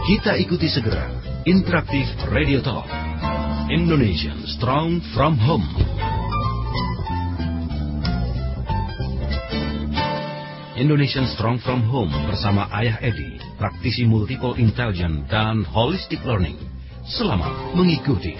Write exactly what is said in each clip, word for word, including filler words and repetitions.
Kita ikuti segera Interaktif Radio Talk Indonesian Strong from Home. Indonesian Strong from Home bersama Ayah Edi, praktisi multiple intelligence dan holistic learning. Selamat mengikuti.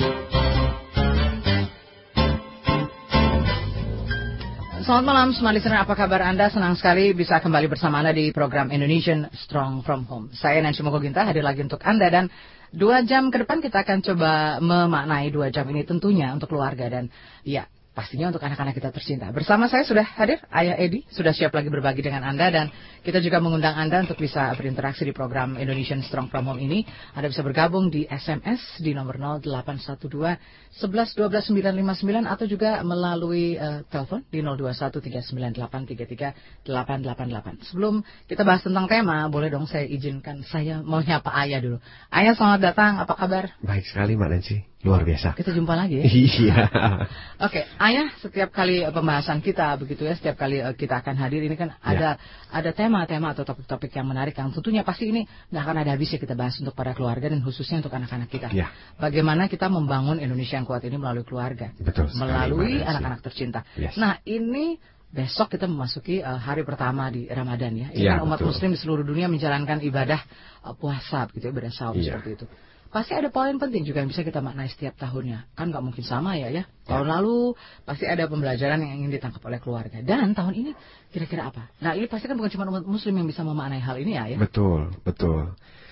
Selamat malam, semua listener, apa kabar Anda? Senang sekali bisa kembali bersama Anda di program Indonesian Strong from Home. Saya Nancy Mokoginta hadir lagi untuk Anda, dan dua jam ke depan kita akan coba memaknai dua jam ini tentunya untuk keluarga dan ya pastinya untuk anak-anak kita tercinta. Bersama saya sudah hadir Ayah Edi, sudah siap lagi berbagi dengan Anda, dan kita juga mengundang Anda untuk bisa berinteraksi di program Indonesian Strong from Home ini. Anda bisa bergabung di S M S di nomor nol delapan satu dua sebelas dua belas sembilan lima sembilan atau juga melalui uh, telepon di nol dua satu tiga sembilan delapan tiga tiga delapan delapan delapan. Sebelum kita bahas tentang tema, boleh dong saya izinkan saya mau nyapa Ayah dulu. Ayah, selamat datang, apa kabar? Baik sekali Mbak Nancy, luar biasa. Kita jumpa lagi ya? Iya. Oke, Ayah, setiap kali pembahasan kita begitu ya, setiap kali kita akan hadir ini kan ada ya. ada tema-tema atau topik-topik yang menarik yang tentunya pasti ini nggak akan ada habisnya kita bahas untuk para keluarga dan khususnya untuk anak-anak kita. Ya. Bagaimana kita membangun Indonesia yang kuat ini melalui keluarga, betul sekali, melalui anak-anak tercinta. Yes. Nah, ini besok kita memasuki uh, hari pertama di Ramadan ya. Ini ya, kan umat betul. Muslim di seluruh dunia menjalankan ibadah uh, puasa begitu ya, ibadah saum ya. Seperti itu. Pasti ada poin penting juga yang bisa kita maknai setiap tahunnya. Kan nggak mungkin sama ya ya. Tahun ya. lalu pasti ada pembelajaran yang ingin ditangkap oleh keluarga. Dan tahun ini kira-kira apa? Nah, ini pasti kan bukan cuma umat Muslim yang bisa memaknai hal ini ya ya. Betul, betul.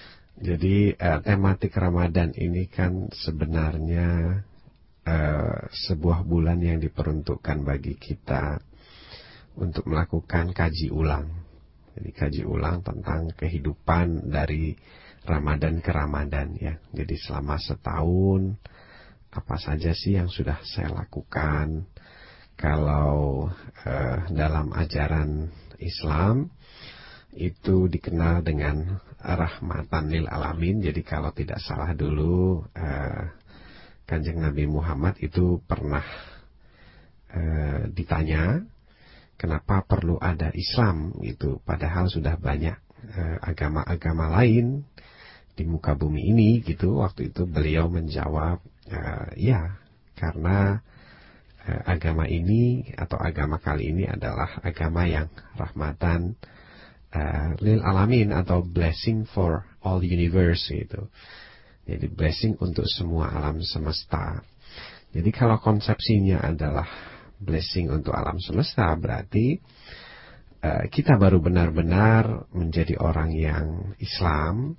Jadi eh, tematik Ramadan ini kan sebenarnya eh, sebuah bulan yang diperuntukkan bagi kita untuk melakukan kaji ulang. Jadi kaji ulang tentang kehidupan dari Ramadan ke Ramadan ya. Jadi selama setahun apa saja sih yang sudah saya lakukan. Kalau eh, dalam ajaran Islam itu dikenal dengan rahmatan lil alamin. Jadi kalau tidak salah dulu eh, Kanjeng Nabi Muhammad itu pernah eh, ditanya kenapa perlu ada Islam gitu, padahal sudah banyak eh, agama-agama lain di muka bumi ini gitu. Waktu itu beliau menjawab uh, ya karena uh, agama ini atau agama kali ini adalah agama yang rahmatan uh, lil alamin atau blessing for all universe gitu. Jadi blessing untuk semua alam semesta. Jadi kalau konsepsinya adalah blessing untuk alam semesta, berarti uh, kita baru benar-benar menjadi orang yang Islam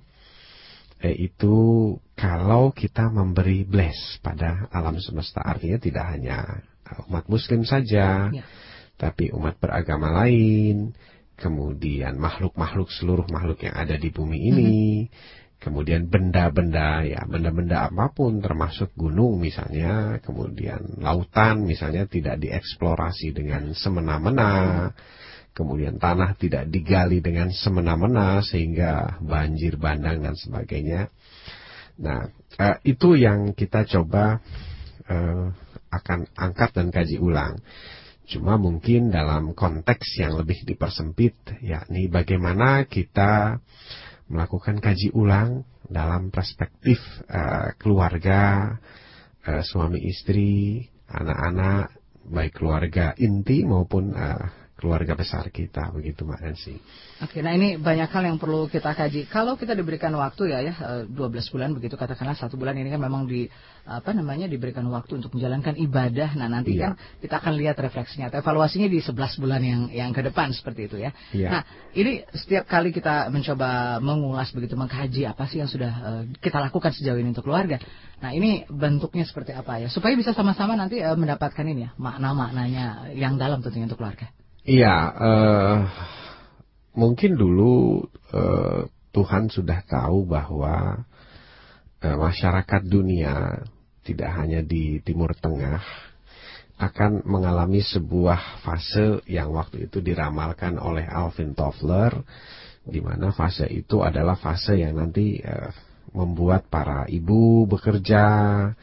itu kalau kita memberi bless pada alam semesta. Artinya tidak hanya umat Muslim saja ya, tapi umat beragama lain, kemudian makhluk-makhluk, seluruh makhluk yang ada di bumi ini, mm-hmm. kemudian benda-benda ya, benda-benda apapun termasuk gunung misalnya, kemudian lautan misalnya tidak dieksplorasi dengan semena-mena, kemudian tanah tidak digali dengan semena-mena sehingga banjir bandang dan sebagainya. Nah, eh, itu yang kita coba eh, akan angkat dan kaji ulang. Cuma mungkin dalam konteks yang lebih dipersempit, yakni bagaimana kita melakukan kaji ulang dalam perspektif eh, keluarga, eh, suami istri, anak-anak, baik keluarga inti maupun eh, keluarga besar kita, begitu Mbak Nancy. Oke, nah ini banyak hal yang perlu kita kaji. Kalau kita diberikan waktu ya ya dua belas bulan begitu, katakanlah satu bulan ini kan memang di apa namanya diberikan waktu untuk menjalankan ibadah. Nah, nanti iya. kan kita akan lihat refleksinya atau evaluasinya di sebelas bulan yang yang ke depan seperti itu ya. Iya. Nah, ini setiap kali kita mencoba mengulas begitu, mengkaji apa sih yang sudah uh, kita lakukan sejauh ini untuk keluarga. Nah, ini bentuknya seperti apa ya supaya bisa sama-sama nanti uh, mendapatkan ini ya makna-maknanya yang dalam tentunya untuk keluarga. Iya, uh, mungkin dulu uh, Tuhan sudah tahu bahwa uh, masyarakat dunia, tidak hanya di Timur Tengah, akan mengalami sebuah fase yang waktu itu diramalkan oleh Alvin Toffler, di mana fase itu adalah fase yang nanti uh, membuat para ibu bekerja,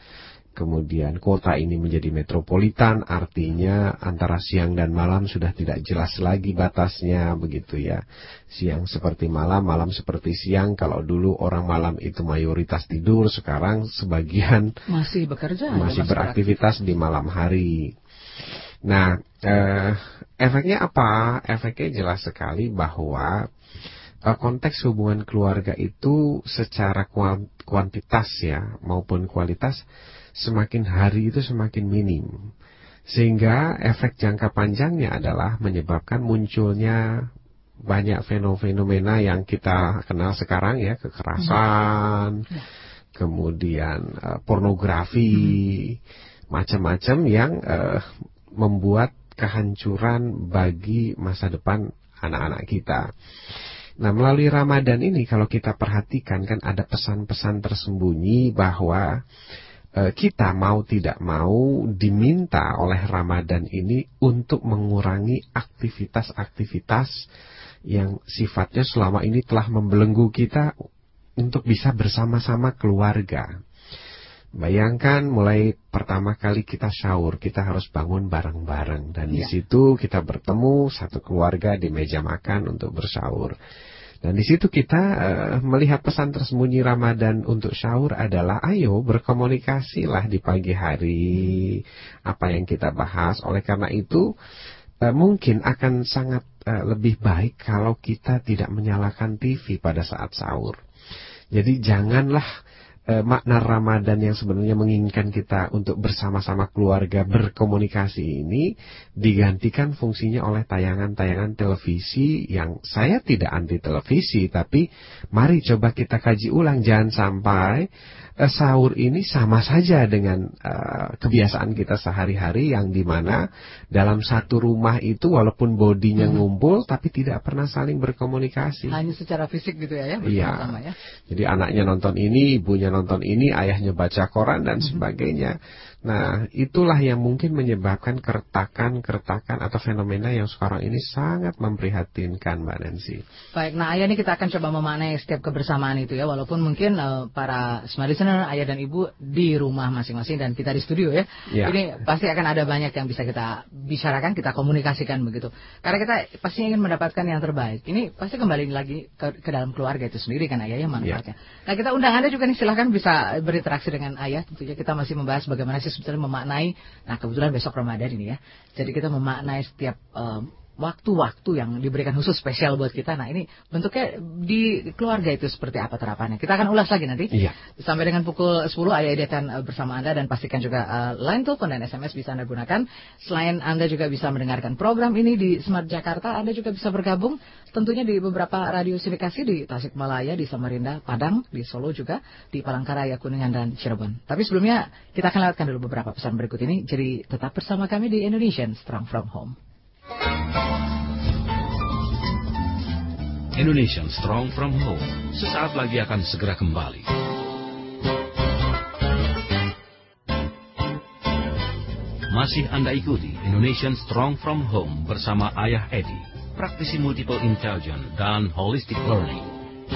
Kemudian kota ini menjadi metropolitan, artinya antara siang dan malam sudah tidak jelas lagi batasnya, begitu ya. Siang seperti malam, malam seperti siang. Kalau dulu orang malam itu mayoritas tidur, sekarang sebagian masih bekerja, masih beraktivitas di malam hari. Nah, eh, efeknya apa? Efeknya jelas sekali bahwa eh, konteks hubungan keluarga itu secara kuantitas ya maupun kualitas semakin hari itu semakin minim. Sehingga efek jangka panjangnya adalah menyebabkan munculnya banyak fenomena yang kita kenal sekarang ya, kekerasan, hmm. kemudian uh, pornografi, hmm. macam-macam yang uh, membuat kehancuran bagi masa depan anak-anak kita. Nah, melalui Ramadan ini kalau kita perhatikan kan ada pesan-pesan tersembunyi bahwa kita mau tidak mau diminta oleh Ramadan ini untuk mengurangi aktivitas-aktivitas yang sifatnya selama ini telah membelenggu kita untuk bisa bersama-sama keluarga. Bayangkan mulai pertama kali kita sahur, kita harus bangun bareng-bareng. Dan ya. Di situ kita bertemu satu keluarga di meja makan untuk bersahur. Dan di situ kita uh, melihat pesan tersembunyi Ramadan untuk sahur adalah ayo berkomunikasilah di pagi hari apa yang kita bahas. Oleh karena itu uh, mungkin akan sangat uh, lebih baik kalau kita tidak menyalakan T V pada saat sahur. Jadi janganlah uh, makna Ramadan yang sebenarnya menginginkan kita untuk bersama-sama keluarga berkomunikasi ini digantikan fungsinya oleh tayangan-tayangan televisi yang saya tidak anti televisi, tapi mari coba kita kaji ulang, jangan sampai uh, sahur ini sama saja dengan uh, kebiasaan kita sehari-hari yang dimana dalam satu rumah itu walaupun bodinya hmm. ngumpul tapi tidak pernah saling berkomunikasi. Hanya secara fisik gitu ya, ya bersama-sama ya. Jadi anaknya nonton ini, ibunya nonton ini, ayahnya baca koran dan hmm. sebagainya. Nah, itulah yang mungkin menyebabkan keretakan-keretakan atau fenomena yang sekarang ini sangat memprihatinkan, Mbak Nancy. Baik, nah ayah ini kita akan coba memaknai setiap kebersamaan itu ya, walaupun mungkin uh, para smart listener, ayah dan ibu di rumah masing-masing dan kita di studio ya, ya. Ini pasti akan ada banyak yang bisa kita bicarakan, kita komunikasikan begitu. Karena kita pasti ingin mendapatkan yang terbaik. Ini pasti kembali lagi ke, ke dalam keluarga itu sendiri kan ayah ya manfaatnya. Ya. Nah kita undang Anda juga nih, silahkan bisa berinteraksi dengan ayah. Tentunya kita masih membahas bagaimana sih sebetulnya memaknai, nah kebetulan besok Ramadan ini ya, jadi kita memaknai setiap um, waktu-waktu yang diberikan khusus spesial buat kita. Nah ini bentuknya di keluarga itu seperti apa terapannya, kita akan ulas lagi nanti. Iya. Sampai dengan pukul sepuluh Ayah Edi akan uh, bersama Anda, dan pastikan juga uh, line telepon dan S M S bisa Anda gunakan. Selain Anda juga bisa mendengarkan program ini di Smart Jakarta, Anda juga bisa bergabung tentunya di beberapa radio sindikasi di Tasikmalaya, di Samarinda, Padang, di Solo juga, di Palangkaraya, Kuningan dan Cirebon. Tapi sebelumnya kita akan lewatkan dulu beberapa pesan berikut ini. Jadi tetap bersama kami di Indonesian Strong from Home. Indonesian Strong from Home sesaat lagi akan segera kembali. Masih Anda ikuti Indonesian Strong from Home bersama Ayah Edi, praktisi multiple intelligence dan holistic learning.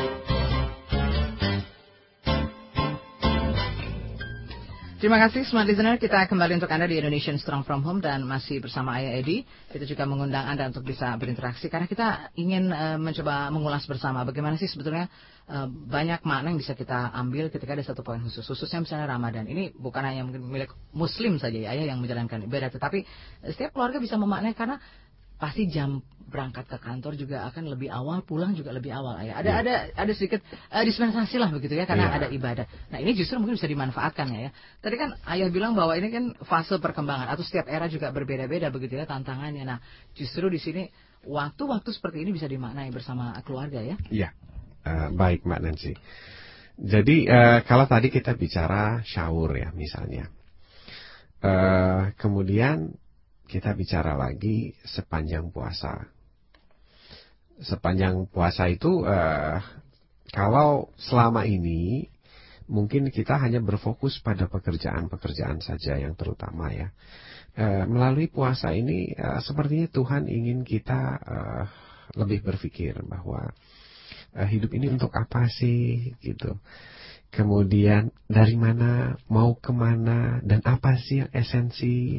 Terima kasih Smart Listener, kita kembali untuk Anda di Indonesian Strong from Home dan masih bersama Ayah Edi. Kita juga mengundang Anda untuk bisa berinteraksi karena kita ingin uh, mencoba mengulas bersama bagaimana sih sebetulnya uh, banyak makna yang bisa kita ambil ketika ada satu poin khusus, khususnya misalnya Ramadan. Ini bukan hanya mungkin milik Muslim saja ya Ayah yang menjalankan ibadah, tetapi setiap keluarga bisa memaknai karena pasti jam berangkat ke kantor juga akan lebih awal, pulang juga lebih awal Ayah. Ada yeah. ada ada sedikit uh, dispensasi lah begitu ya karena yeah. ada ibadah. Nah ini justru mungkin bisa dimanfaatkan ya. Tadi kan Ayah bilang bahwa ini kan fase perkembangan atau setiap era juga berbeda-beda begitu ya tantangannya. Nah justru di sini waktu-waktu seperti ini bisa dimaknai bersama keluarga ya. Iya, yeah. uh, baik Mbak Nancy. Jadi uh, kalau tadi kita bicara sahur ya misalnya, uh, kemudian kita bicara lagi sepanjang puasa. Sepanjang puasa itu uh, kalau selama ini mungkin kita hanya berfokus pada pekerjaan-pekerjaan saja yang terutama ya. Uh, melalui puasa ini uh, sepertinya Tuhan ingin kita uh, lebih berpikir bahwa uh, hidup ini untuk apa sih gitu. Kemudian dari mana, mau kemana, dan apa sih yang esensi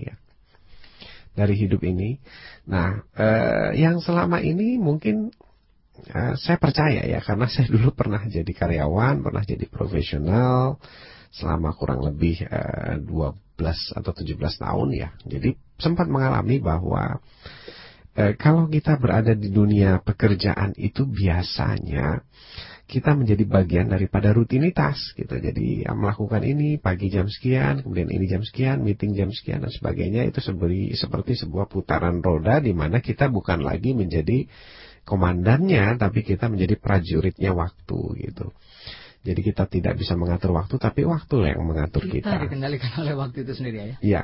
dari hidup ini. Nah, eh, yang selama ini mungkin eh, saya percaya ya, karena saya dulu pernah jadi karyawan, pernah jadi profesional selama kurang lebih eh, dua belas atau tujuh belas tahun ya. Jadi sempat mengalami bahwa eh, kalau kita berada di dunia pekerjaan itu biasanya kita menjadi bagian daripada rutinitas gitu. Jadi ya, melakukan ini pagi jam sekian, kemudian ini jam sekian, meeting jam sekian dan sebagainya. Itu seperti, seperti sebuah putaran roda di mana kita bukan lagi menjadi komandannya, tapi kita menjadi prajuritnya waktu gitu. Jadi kita tidak bisa mengatur waktu, tapi waktu yang mengatur kita. Kita dikendalikan oleh waktu itu sendiri ya. Iya.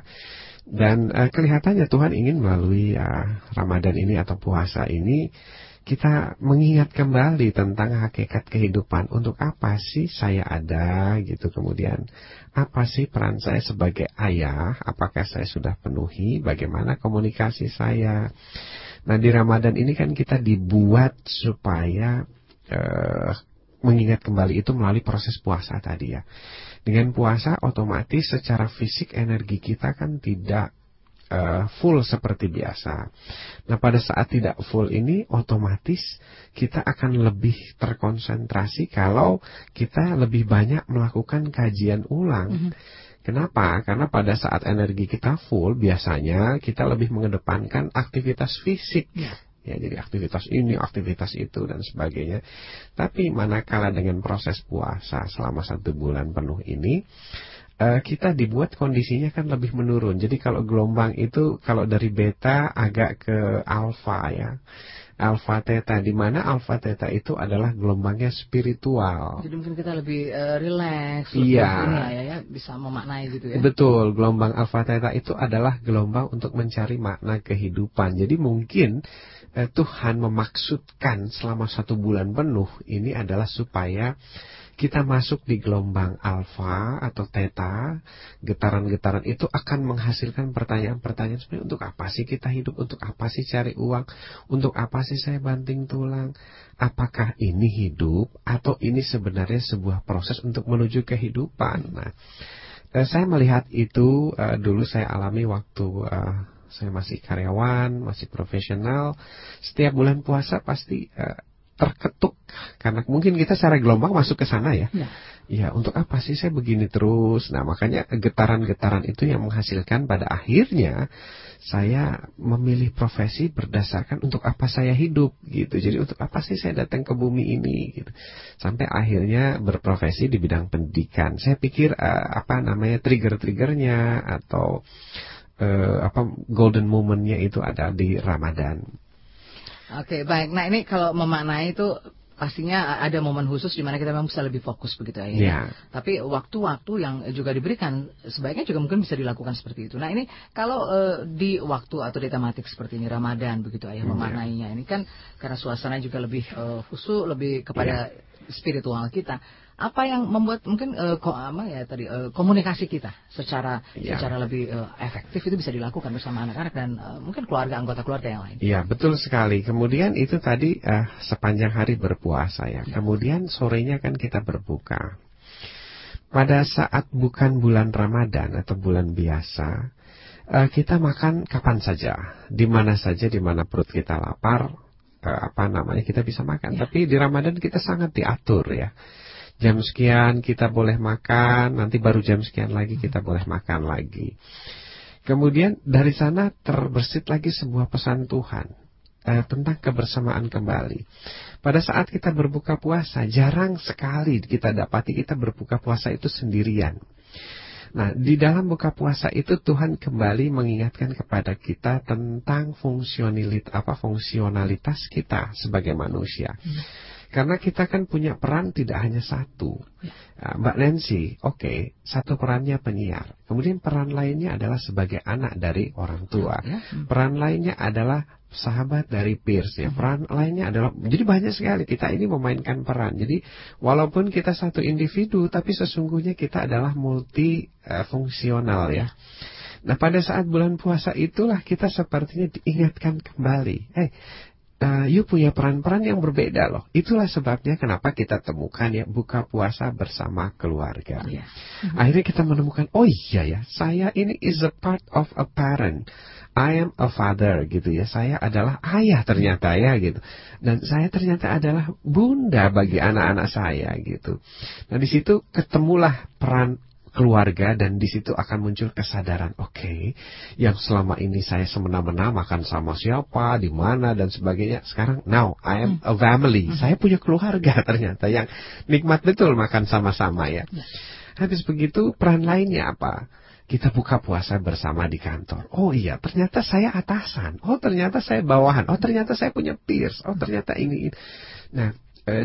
Dan uh, kelihatannya Tuhan ingin melalui uh, Ramadan ini atau puasa ini kita mengingat kembali tentang hakikat kehidupan. Untuk apa sih saya ada gitu. Kemudian apa sih peran saya sebagai ayah, apakah saya sudah penuhi, bagaimana komunikasi saya. Nah di Ramadan ini kan kita dibuat supaya uh, mengingat kembali itu melalui proses puasa tadi ya. Dengan puasa otomatis secara fisik energi kita kan tidak uh, full seperti biasa. Nah pada saat tidak full ini otomatis kita akan lebih terkonsentrasi kalau kita lebih banyak melakukan kajian ulang. Mm-hmm. Kenapa? Karena pada saat energi kita full biasanya kita lebih mengedepankan aktivitas fisik. Yeah. Ya, jadi aktivitas ini, aktivitas itu, dan sebagainya. Tapi manakala dengan proses puasa selama satu bulan penuh ini, uh, kita dibuat kondisinya kan lebih menurun. Jadi kalau gelombang itu, kalau dari beta agak ke alfa ya. Alfa theta, di mana alfa theta itu adalah gelombangnya spiritual. Jadi mungkin kita lebih uh, relax, iya. Ini ya, ya, bisa memaknai gitu ya. Betul, gelombang alfa theta itu adalah gelombang untuk mencari makna kehidupan. Jadi mungkin eh, Tuhan memaksudkan selama satu bulan penuh ini adalah supaya kita masuk di gelombang alfa atau theta. Getaran-getaran itu akan menghasilkan pertanyaan-pertanyaan seperti untuk apa sih kita hidup, untuk apa sih cari uang, untuk apa sih saya banting tulang, apakah ini hidup atau ini sebenarnya sebuah proses untuk menuju kehidupan. Nah, eh, saya melihat itu eh, dulu saya alami waktu eh, saya masih karyawan, masih profesional. Setiap bulan puasa pasti eh, terketuk karena mungkin kita secara gelombang masuk ke sana ya. Ya. Ya, untuk apa sih saya begini terus? Nah, makanya getaran-getaran itu yang menghasilkan pada akhirnya saya memilih profesi berdasarkan untuk apa saya hidup gitu. Jadi untuk apa sih saya datang ke bumi ini gitu. Sampai akhirnya berprofesi di bidang pendidikan. Saya pikir uh, apa namanya trigger-triggernya atau uh, apa golden momentnya itu ada di Ramadan. Oke, baik. Nah ini kalau memaknai itu pastinya ada momen khusus di mana kita memang bisa lebih fokus begitu ya. Yeah. Tapi waktu-waktu yang juga diberikan sebaiknya juga mungkin bisa dilakukan seperti itu. Nah ini kalau uh, di waktu atau di tematik seperti ini Ramadan begitu ya, memaknainya ini kan karena suasana juga lebih uh, khusyuk, lebih kepada yeah. spiritual kita. Apa yang membuat mungkin uh, ko, apa ya tadi uh, komunikasi kita secara ya. secara lebih uh, efektif itu bisa dilakukan bersama anak-anak dan uh, mungkin keluarga, anggota keluarga yang lain. Iya, betul sekali. Kemudian itu tadi uh, sepanjang hari berpuasa ya. ya. Kemudian sorenya kan kita berbuka. Pada saat bukan bulan Ramadan atau bulan biasa, uh, kita makan kapan saja, di mana saja, di mana perut kita lapar, uh, apa namanya kita bisa makan. Ya. Tapi di Ramadan kita sangat diatur ya. Jam sekian kita boleh makan, nanti baru jam sekian lagi kita boleh makan lagi. Kemudian dari sana terbersit lagi sebuah pesan Tuhan eh, tentang kebersamaan kembali. Pada saat kita berbuka puasa, jarang sekali kita dapati kita berbuka puasa itu sendirian. Nah, di dalam buka puasa itu Tuhan kembali mengingatkan kepada kita tentang fungsionalitas apa fungsionalitas kita sebagai manusia. Hmm. Karena kita kan punya peran tidak hanya satu. Nah, Mbak Nancy, oke, okay, satu perannya penyiar. Kemudian peran lainnya adalah sebagai anak dari orang tua. Peran lainnya adalah sahabat dari peers ya. Peran lainnya adalah, jadi banyak sekali kita ini memainkan peran. Jadi walaupun kita satu individu, tapi sesungguhnya kita adalah multi uh, fungsional ya. Nah pada saat bulan puasa itulah kita sepertinya diingatkan kembali. Eh, uh, you punya peran-peran yang berbeda loh. Itulah sebabnya kenapa kita temukan ya buka puasa bersama keluarga. Yeah. Mm-hmm. Akhirnya kita menemukan, oh iya ya, saya ini is a part of a parent. I am a father gitu ya. Saya adalah ayah ternyata ya gitu. Dan saya ternyata adalah bunda bagi anak-anak saya gitu. Nah di situ ketemulah peran keluarga, dan di situ akan muncul kesadaran, oke, okay, yang selama ini saya semena-mena makan sama siapa, di mana dan sebagainya, sekarang now I am a family, hmm. saya punya keluarga ternyata yang nikmat betul makan sama-sama ya. Habis begitu peran lainnya apa? Kita buka puasa bersama di kantor. Oh iya, ternyata saya atasan. Oh ternyata saya bawahan. Oh ternyata saya punya peers. Oh ternyata ini. Nah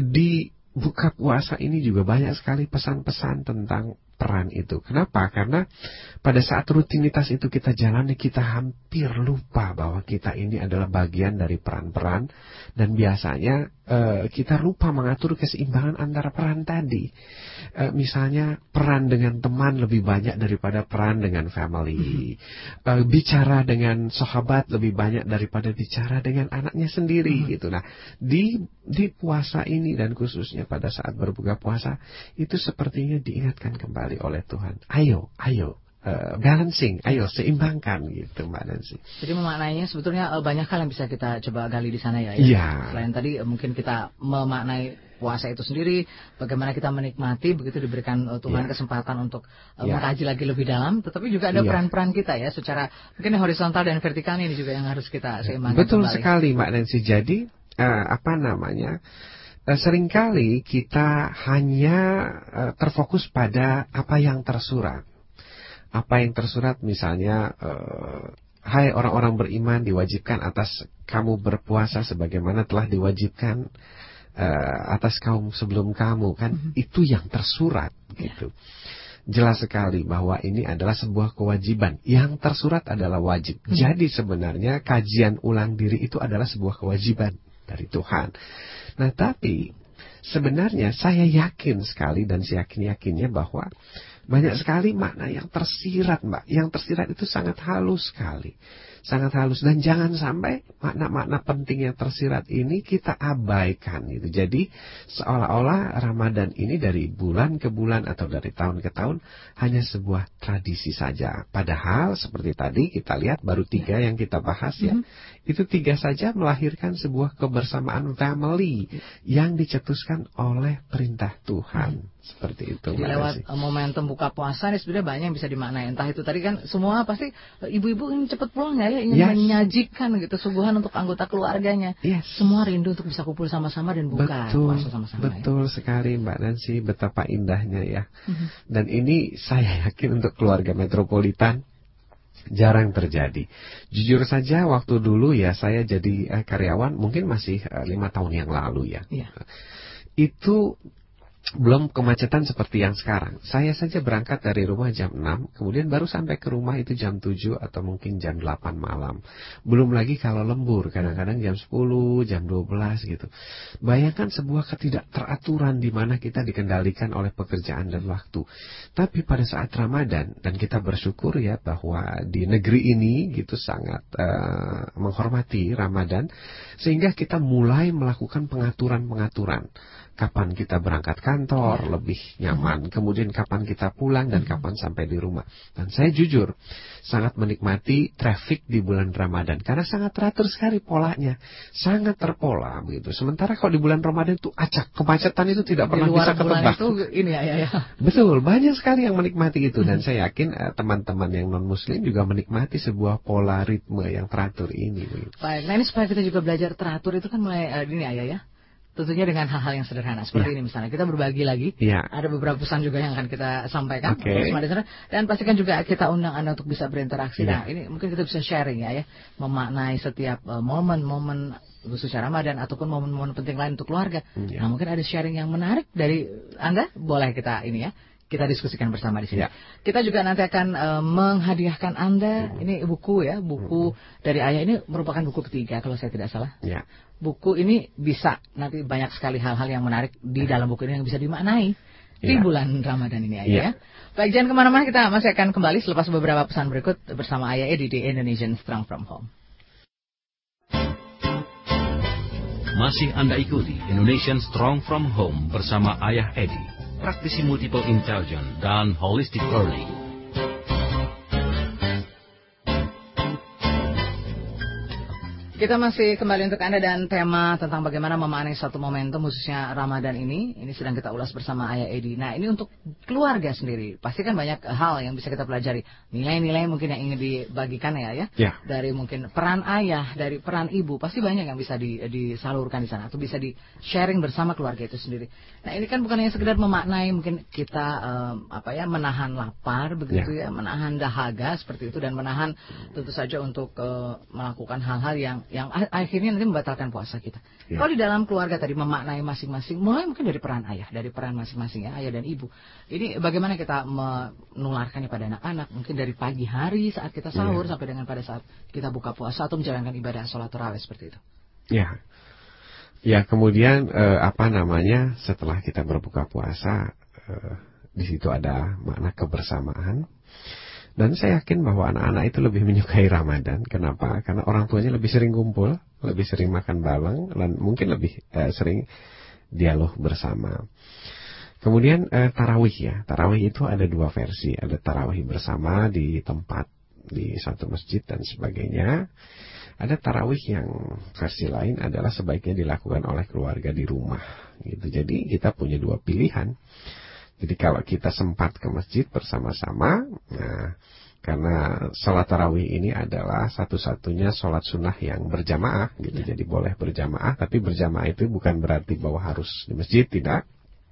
di buka puasa ini juga banyak sekali pesan-pesan tentang peran itu. Kenapa? Karena pada saat rutinitas itu kita jalani, kita hampir lupa bahwa kita ini adalah bagian dari peran-peran, dan biasanya uh, kita lupa mengatur keseimbangan antara peran tadi. Uh, misalnya peran dengan teman lebih banyak daripada peran dengan family. Uh, bicara dengan sahabat lebih banyak daripada bicara dengan anaknya sendiri gitu. Nah, di di puasa ini dan khususnya pada saat berbuka puasa itu sepertinya diingatkan kembali oleh Tuhan. Ayo, ayo. Uh, balancing, ayo seimbangkan gitu Mbak Nancy. Jadi memaknainya sebetulnya uh, banyak hal yang bisa kita coba gali di sana ya. ya. Yeah. Selain tadi uh, mungkin kita memaknai puasa itu sendiri, bagaimana kita menikmati begitu diberikan uh, Tuhan yeah. kesempatan untuk uh, yeah. mengkaji lagi lebih dalam, tetapi juga ada yeah. peran-peran kita ya secara mungkin horizontal dan vertikal ini juga yang harus kita seimbangkan. Betul kembali. sekali Mbak Nancy. Jadi uh, apa namanya? Seringkali kita hanya uh, terfokus pada apa yang tersurat. Apa yang tersurat misalnya, uh, hai orang-orang beriman, diwajibkan atas kamu berpuasa sebagaimana telah diwajibkan uh, atas kaum sebelum kamu, kan mm-hmm. itu yang tersurat gitu. Jelas sekali bahwa ini adalah sebuah kewajiban. Yang tersurat adalah wajib. Mm-hmm. Jadi sebenarnya kajian ulang diri itu adalah sebuah kewajiban dari Tuhan. Nah tapi sebenarnya saya yakin sekali dan saya yakin-yakinnya bahwa banyak sekali makna yang tersirat Mbak. Yang tersirat itu sangat halus sekali. Sangat halus. Dan jangan sampai makna-makna penting yang tersirat ini kita abaikan gitu. Jadi seolah-olah Ramadan ini dari bulan ke bulan atau dari tahun ke tahun hanya sebuah tradisi saja. Padahal seperti tadi kita lihat baru tiga yang kita bahas ya. Mm-hmm. Itu tiga saja melahirkan sebuah kebersamaan family yang dicetuskan oleh perintah Tuhan. Mm-hmm. Seperti itu. Jadi lewat uh, momentum buka puasa ini sebenarnya banyak yang bisa dimaknai. Entah itu tadi kan semua pasti uh, ibu-ibu ingin cepat pulang ya, ingin yes. menyajikan gitu suguhan untuk anggota keluarganya. Yes. Semua rindu untuk bisa kumpul sama-sama dan buka betul, puasa sama-sama. Betul ya. Sekali Mbak Nancy, betapa indahnya ya. Mm-hmm. Dan ini saya yakin untuk keluarga metropolitan jarang terjadi. Jujur saja waktu dulu ya saya jadi uh, karyawan mungkin masih uh, lima tahun yang lalu ya. Yeah. Itu belum kemacetan seperti yang sekarang. Saya saja berangkat dari rumah jam enam, kemudian baru sampai ke rumah itu jam tujuh atau mungkin jam delapan malam. Belum lagi kalau lembur, kadang-kadang jam sepuluh, jam dua belas gitu. Bayangkan sebuah ketidakteraturan di mana kita dikendalikan oleh pekerjaan dan waktu. Tapi pada saat Ramadan, dan kita bersyukur ya bahwa di negeri ini gitu sangat uh, menghormati Ramadan, sehingga kita mulai melakukan pengaturan-pengaturan. Kapan kita berangkat kantor ya. Lebih nyaman, kemudian kapan kita pulang dan hmm. kapan sampai di rumah. Dan saya jujur sangat menikmati traffic di bulan Ramadan karena sangat teratur sekali polanya, sangat terpola begitu. Sementara kalau di bulan Ramadan itu acak, kemacetan itu tidak pernah bisa ketebak. Itu ini ya, ya, ya. Betul, banyak sekali yang menikmati itu dan saya yakin eh, teman-teman yang non Muslim juga menikmati sebuah pola ritme yang teratur ini. Begitu. Baik, nah ini supaya kita juga belajar teratur itu kan mulai uh, ini ya, ya. Tentunya dengan hal-hal yang sederhana seperti ya. Ini misalnya kita berbagi lagi, ya. Ada beberapa pesan juga yang akan kita sampaikan, okay. Dan pastikan juga kita undang Anda untuk bisa berinteraksi. Ya. Nah ini mungkin kita bisa sharing ya, ya memaknai setiap momen-momen uh, khususnya Ramadan ataupun momen-momen penting lain untuk keluarga. Ya. Nah mungkin ada sharing yang menarik dari Anda, boleh kita ini ya. Kita diskusikan bersama di sini. Ya. Kita juga nanti akan uh, menghadiahkan Anda hmm. ini buku ya, buku hmm. dari Ayah ini merupakan buku ketiga kalau saya tidak salah. Ya. Buku ini bisa nanti banyak sekali hal-hal yang menarik di dalam buku ini yang bisa dimaknai di ya. Bulan Ramadan ini Ayah ya. ya. Baik, jangan kemana-mana, kita masih akan kembali selepas beberapa pesan berikut bersama Ayah Edi di Indonesian Strong from Home. Masih Anda ikuti Indonesian Strong from Home bersama Ayah Edi, praktisi multiple intelligence dan holistic learning. Kita masih kembali untuk Anda dan tema tentang bagaimana memaknai satu momentum khususnya Ramadan ini. Ini sedang kita ulas bersama Ayah Edi. Nah, ini untuk keluarga sendiri. Pasti kan banyak hal yang bisa kita pelajari. Nilai-nilai mungkin yang ingin dibagikan ya, ya. Ya. Dari mungkin peran ayah, dari peran ibu. Pasti banyak yang bisa di, disalurkan di sana. Atau bisa di-sharing bersama keluarga itu sendiri. Nah, ini kan bukan hanya sekedar memaknai mungkin kita um, apa ya menahan lapar begitu ya. ya. Menahan dahaga seperti itu. Dan menahan tentu saja untuk uh, melakukan hal-hal yang yang akhirnya nanti membatalkan puasa kita. Ya. Kalau di dalam keluarga tadi memaknai masing-masing, mulai mungkin dari peran ayah, dari peran masing-masing ya, ayah dan ibu. Ini bagaimana kita menularkannya pada anak-anak, mungkin dari pagi hari saat kita sahur ya. Sampai dengan pada saat kita buka puasa atau menjalankan ibadah sholat tarawih seperti itu. Ya, ya kemudian eh, apa namanya setelah kita berbuka puasa, eh, di situ ada makna kebersamaan. Dan saya yakin bahwa anak-anak itu lebih menyukai Ramadan. Kenapa? Karena orang tuanya lebih sering kumpul, lebih sering makan bareng, dan mungkin lebih eh, sering dialog bersama. Kemudian eh, tarawih ya. Tarawih itu ada dua versi. Ada tarawih bersama di tempat, di satu masjid dan sebagainya. Ada tarawih yang versi lain adalah sebaiknya dilakukan oleh keluarga di rumah. Gitu. Jadi kita punya dua pilihan. Jadi kalau kita sempat ke masjid bersama-sama, nah, karena sholat tarawih ini adalah satu-satunya sholat sunnah yang berjamaah, gitu. Ya. Jadi boleh berjamaah, tapi berjamaah itu bukan berarti bahwa harus di masjid, tidak.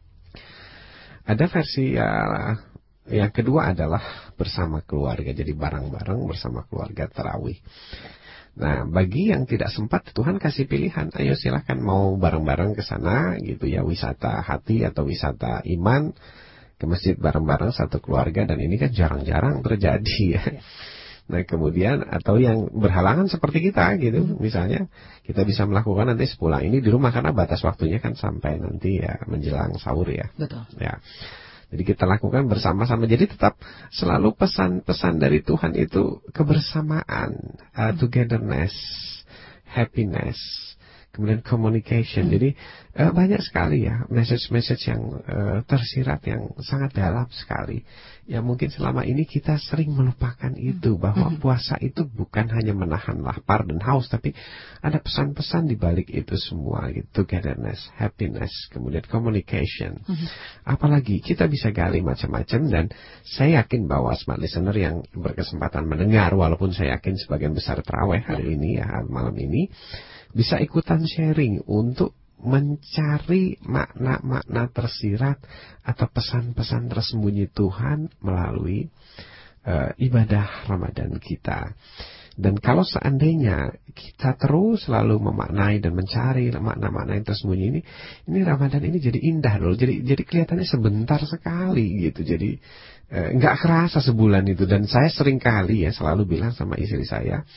Ada versi ya, yang kedua adalah bersama keluarga, jadi bareng-bareng bersama keluarga tarawih. Nah, bagi yang tidak sempat, Tuhan kasih pilihan. Ayo silahkan mau bareng-bareng ke sana, gitu ya, wisata hati atau wisata iman, ke masjid bareng-bareng satu keluarga, dan ini kan jarang-jarang terjadi ya. Nah, kemudian atau yang berhalangan seperti kita, gitu, misalnya kita bisa melakukan nanti sepulang ini di rumah karena batas waktunya kan sampai nanti ya menjelang sahur ya. Betul. Ya. Jadi kita lakukan bersama-sama. Jadi tetap selalu pesan-pesan dari Tuhan itu kebersamaan, uh, togetherness, happiness, kemudian communication. Jadi uh, banyak sekali ya message-message yang uh, tersirat yang sangat dalam sekali. Ya mungkin selama ini kita sering melupakan itu, bahwa puasa itu bukan hanya menahan lapar dan haus, tapi ada pesan-pesan di balik itu semua, gitu. Togetherness, happiness, kemudian communication. Apalagi kita bisa gali macam-macam, dan saya yakin bahwa smart listener yang berkesempatan mendengar, walaupun saya yakin sebagian besar terawih hari ini ya, malam ini, bisa ikutan sharing untuk mencari makna-makna tersirat atau pesan-pesan tersembunyi Tuhan melalui uh, ibadah Ramadan kita. Dan kalau seandainya kita terus selalu memaknai dan mencari makna-makna yang tersembunyi ini, ini Ramadan ini jadi indah loh. Jadi jadi kelihatannya sebentar sekali gitu. Jadi uh, nggak kerasa sebulan itu. Dan saya sering kali ya selalu bilang sama istri saya,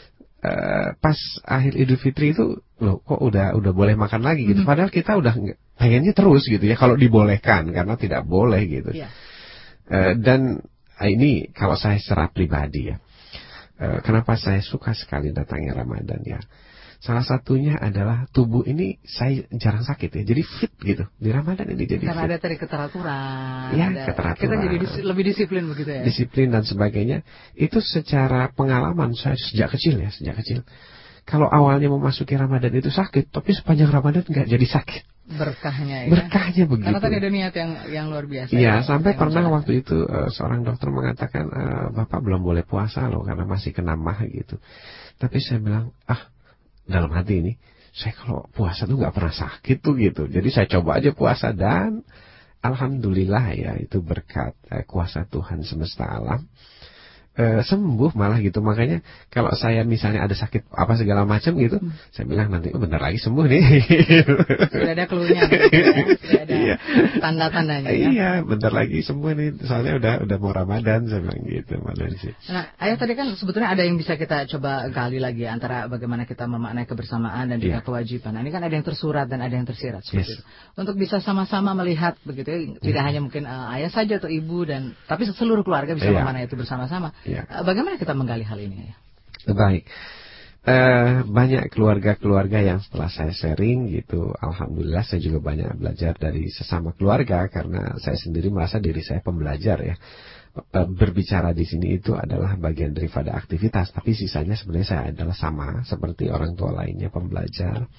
Uh, pas akhir Idul Fitri itu loh kok udah udah boleh makan lagi gitu. Mm-hmm. Padahal kita udah pengennya terus gitu ya kalau dibolehkan, karena tidak boleh gitu. Yeah. Uh, dan uh, ini kalau saya secara pribadi ya, uh, kenapa saya suka sekali datangnya Ramadan ya. Salah satunya adalah tubuh ini saya jarang sakit ya, jadi fit gitu di Ramadan ini jadi. Karena fit. ada tadi keteraturan. Ya, ada, keteraturan. Kita jadi dis, lebih disiplin begitu ya. Disiplin dan sebagainya. Itu secara pengalaman saya sejak kecil ya, sejak kecil. Kalau awalnya memasuki Ramadan itu sakit, tapi sepanjang Ramadan nggak jadi sakit. Berkahnya ya. Berkahnya begitu. Karena tadi ada niat yang yang luar biasa. Iya, ya, sampai yang pernah menjalankan. waktu itu uh, seorang dokter mengatakan uh, Bapak belum boleh puasa loh karena masih kena mah gitu. Tapi saya bilang, ah dalam hati ini, saya kalau puasa tuh nggak pernah sakit tuh gitu. Jadi saya coba aja puasa, dan alhamdulillah ya itu berkat eh, kuasa Tuhan semesta alam. E, sembuh malah gitu. Makanya kalau saya misalnya ada sakit apa segala macam gitu, hmm. saya bilang nanti oh, bentar lagi sembuh nih. Sudah ada clue-nya gitu ya. Sudah ada iya. tanda-tandanya ya. Iya, bentar lagi sembuh nih. Soalnya udah udah mau Ramadan, saya bilang gitu. Sih. Nah, Ayah tadi kan sebetulnya ada yang bisa kita coba gali lagi antara bagaimana kita memaknai kebersamaan dan juga yeah. kewajiban. Nah, ini kan ada yang tersurat dan ada yang tersirat seperti yes. itu. Untuk bisa sama-sama melihat begitu ya, tidak yeah. hanya mungkin uh, ayah saja atau ibu, dan tapi seluruh keluarga bisa yeah. memaknai itu bersama-sama. Ya. Bagaimana kita menggali hal ini ya? Baik. Uh, banyak keluarga-keluarga yang setelah saya sharing gitu, alhamdulillah saya juga banyak belajar dari sesama keluarga karena saya sendiri merasa diri saya pembelajar ya. Berbicara di sini itu adalah bagian daripada aktivitas, tapi sisanya sebenarnya saya adalah sama seperti orang tua lainnya, pembelajar.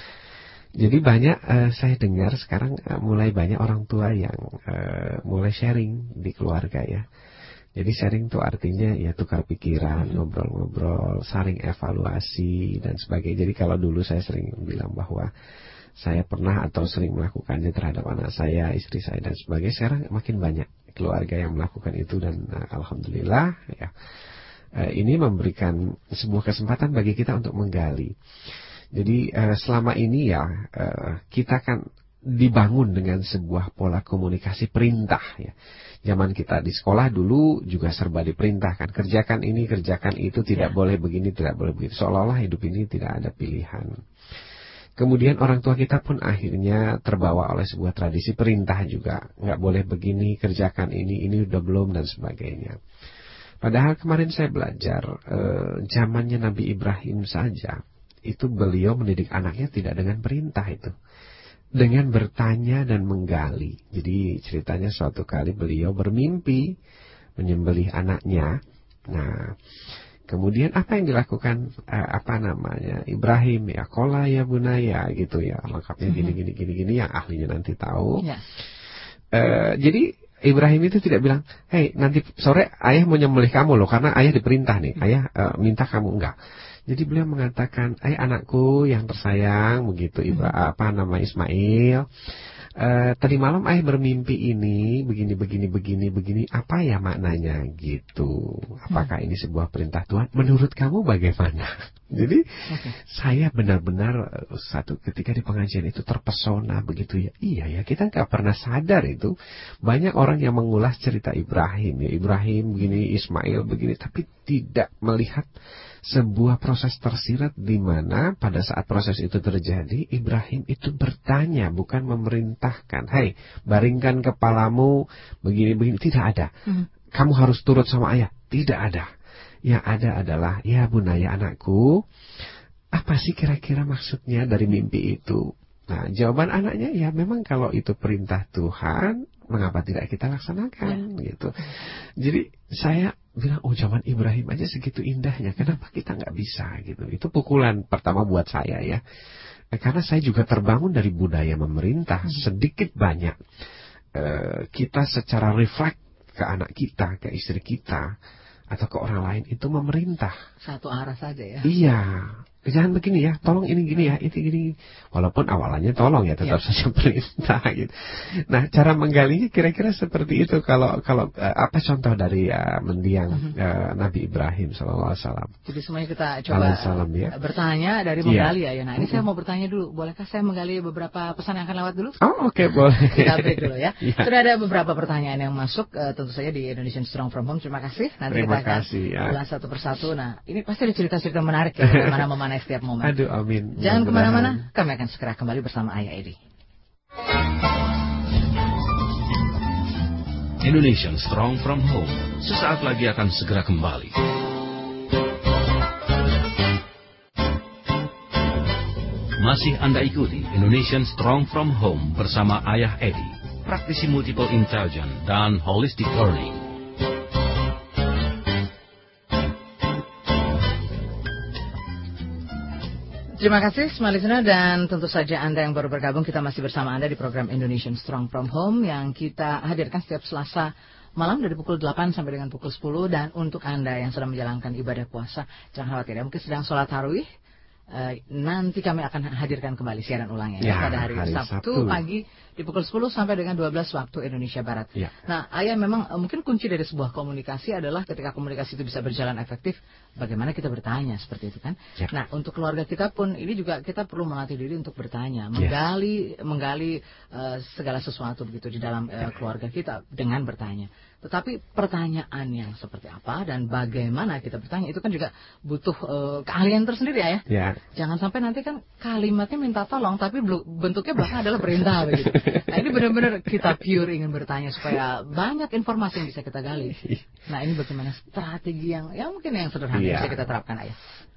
Jadi banyak uh, saya dengar sekarang uh, mulai banyak orang tua yang uh, mulai sharing di keluarga ya. Jadi sharing itu artinya ya tukar pikiran, ngobrol-ngobrol, saling evaluasi dan sebagainya. Jadi kalau dulu saya sering bilang bahwa saya pernah atau sering melakukannya terhadap anak saya, istri saya dan sebagainya. Sekarang makin banyak keluarga yang melakukan itu dan uh, alhamdulillah ya. Uh, ini memberikan sebuah kesempatan bagi kita untuk menggali. Jadi uh, selama ini ya uh, kita kan dibangun dengan sebuah pola komunikasi perintah ya. Zaman kita di sekolah dulu juga serba diperintahkan, kerjakan ini, kerjakan itu, tidak ya. boleh begini, tidak boleh begitu. Seolah-olah hidup ini tidak ada pilihan. Kemudian orang tua kita pun akhirnya terbawa oleh sebuah tradisi perintah juga. Nggak boleh begini, kerjakan ini, ini udah belum, dan sebagainya. Padahal kemarin saya belajar, eh, zamannya Nabi Ibrahim saja, itu beliau mendidik anaknya tidak dengan perintah itu. Dengan bertanya dan menggali. Jadi ceritanya suatu kali beliau bermimpi menyembelih anaknya. Nah, kemudian apa yang dilakukan eh, apa namanya Ibrahim ya kola ya bunaya gitu ya, lengkapnya gini gini gini gini yang ahlinya nanti tahu. Ya. Eh, jadi Ibrahim itu tidak bilang, hei nanti sore ayah mau nyembelih kamu loh karena ayah diperintah nih, ayah eh, minta kamu, enggak. Jadi beliau mengatakan, "Ay anakku yang tersayang," begitu Ibra, apa nama Ismail. E, tadi malam ayah bermimpi ini, begini begini begini begini. Apa ya maknanya gitu? Apakah ini sebuah perintah Tuhan? Menurut kamu bagaimana? Jadi okay. Saya benar-benar satu ketika di pengajian itu terpesona begitu ya. Iya ya, kita nggak pernah sadar itu. Banyak orang yang mengulas cerita Ibrahim ya, Ibrahim begini, Ismail begini, tapi tidak melihat sebuah proses tersirat di mana pada saat proses itu terjadi Ibrahim itu bertanya, bukan memerintahkan. Hei, baringkan kepalamu begini-begini, tidak ada. Hmm. Kamu harus turut sama ayah, tidak ada. Yang ada adalah, ya bunaya anakku, apa sih kira-kira maksudnya dari mimpi itu? Nah, jawaban anaknya ya memang kalau itu perintah Tuhan, mengapa tidak kita laksanakan ya. Gitu. Jadi saya bilang, oh zaman Ibrahim aja segitu indahnya, kenapa kita nggak bisa gitu? Itu pukulan pertama buat saya ya, karena saya juga terbangun dari budaya memerintah sedikit banyak. Eh, kita secara refleks ke anak kita, ke istri kita, atau ke orang lain itu memerintah. Satu arah saja ya. Iya. Jangan begini ya, tolong ini gini ya, itu gini. Walaupun awalannya tolong ya, tetap ya. saja perintah gitu. Nah, cara menggalinya kira-kira seperti itu. Kalau kalau uh, apa contoh dari uh, mendiang uh-huh. uh, Nabi Ibrahim sallallahu alaihi wasallam. Jadi semuanya kita coba salam, ya. bertanya dari menggali ya. ya. Nah, ini uh-huh. saya mau bertanya dulu. Bolehkah saya menggali beberapa pesan yang akan lewat dulu? Oh, oke, okay, boleh. Kita break dulu ya. ya. Sudah ada beberapa pertanyaan yang masuk uh, tentu saja di Indonesian Strong from Home. Terima kasih. Nanti Terima kita kasih, akan ulas ya. satu persatu. Nah, ini pasti ada cerita-cerita menarik ya, bagaimana memanai setiap momen. Aduh, amin. Jangan kemana-mana, kami akan segera kembali bersama Ayah Edi. Indonesian Strong from Home sesaat lagi akan segera kembali. Masih Anda ikuti Indonesian Strong from Home bersama Ayah Edi, praktisi multiple intelligence dan holistic learning. Terima kasih semua listener, dan tentu saja Anda yang baru bergabung, kita masih bersama Anda di program Indonesian Strong from Home yang kita hadirkan setiap Selasa malam dari pukul delapan sampai dengan pukul sepuluh. Dan untuk Anda yang sedang menjalankan ibadah puasa, jangan khawatir ya, mungkin sedang sholat tarawih, uh, nanti kami akan hadirkan kembali siaran ulangnya ya, ya, pada hari, hari Sabtu, Sabtu pagi di pukul sepuluh sampai dengan dua belas waktu Indonesia Barat. Ya. Nah, Ayah, memang uh, mungkin kunci dari sebuah komunikasi adalah ketika komunikasi itu bisa berjalan efektif, bagaimana kita bertanya, seperti itu kan. Ya. Nah, untuk keluarga kita pun ini juga kita perlu melatih diri untuk bertanya, menggali ya. menggali uh, segala sesuatu begitu di dalam uh, keluarga kita dengan bertanya. Tetapi pertanyaan yang seperti apa dan bagaimana kita bertanya itu kan juga butuh uh, keahlian tersendiri ya. ya. Jangan sampai nanti kan kalimatnya minta tolong tapi bentuknya belakang adalah perintah begitu. Nah, ini benar-benar kita pure ingin bertanya supaya banyak informasi yang bisa kita gali. Nah, ini bagaimana strategi yang yang mungkin yang sederhana ya. bisa kita terapkan, Ayah.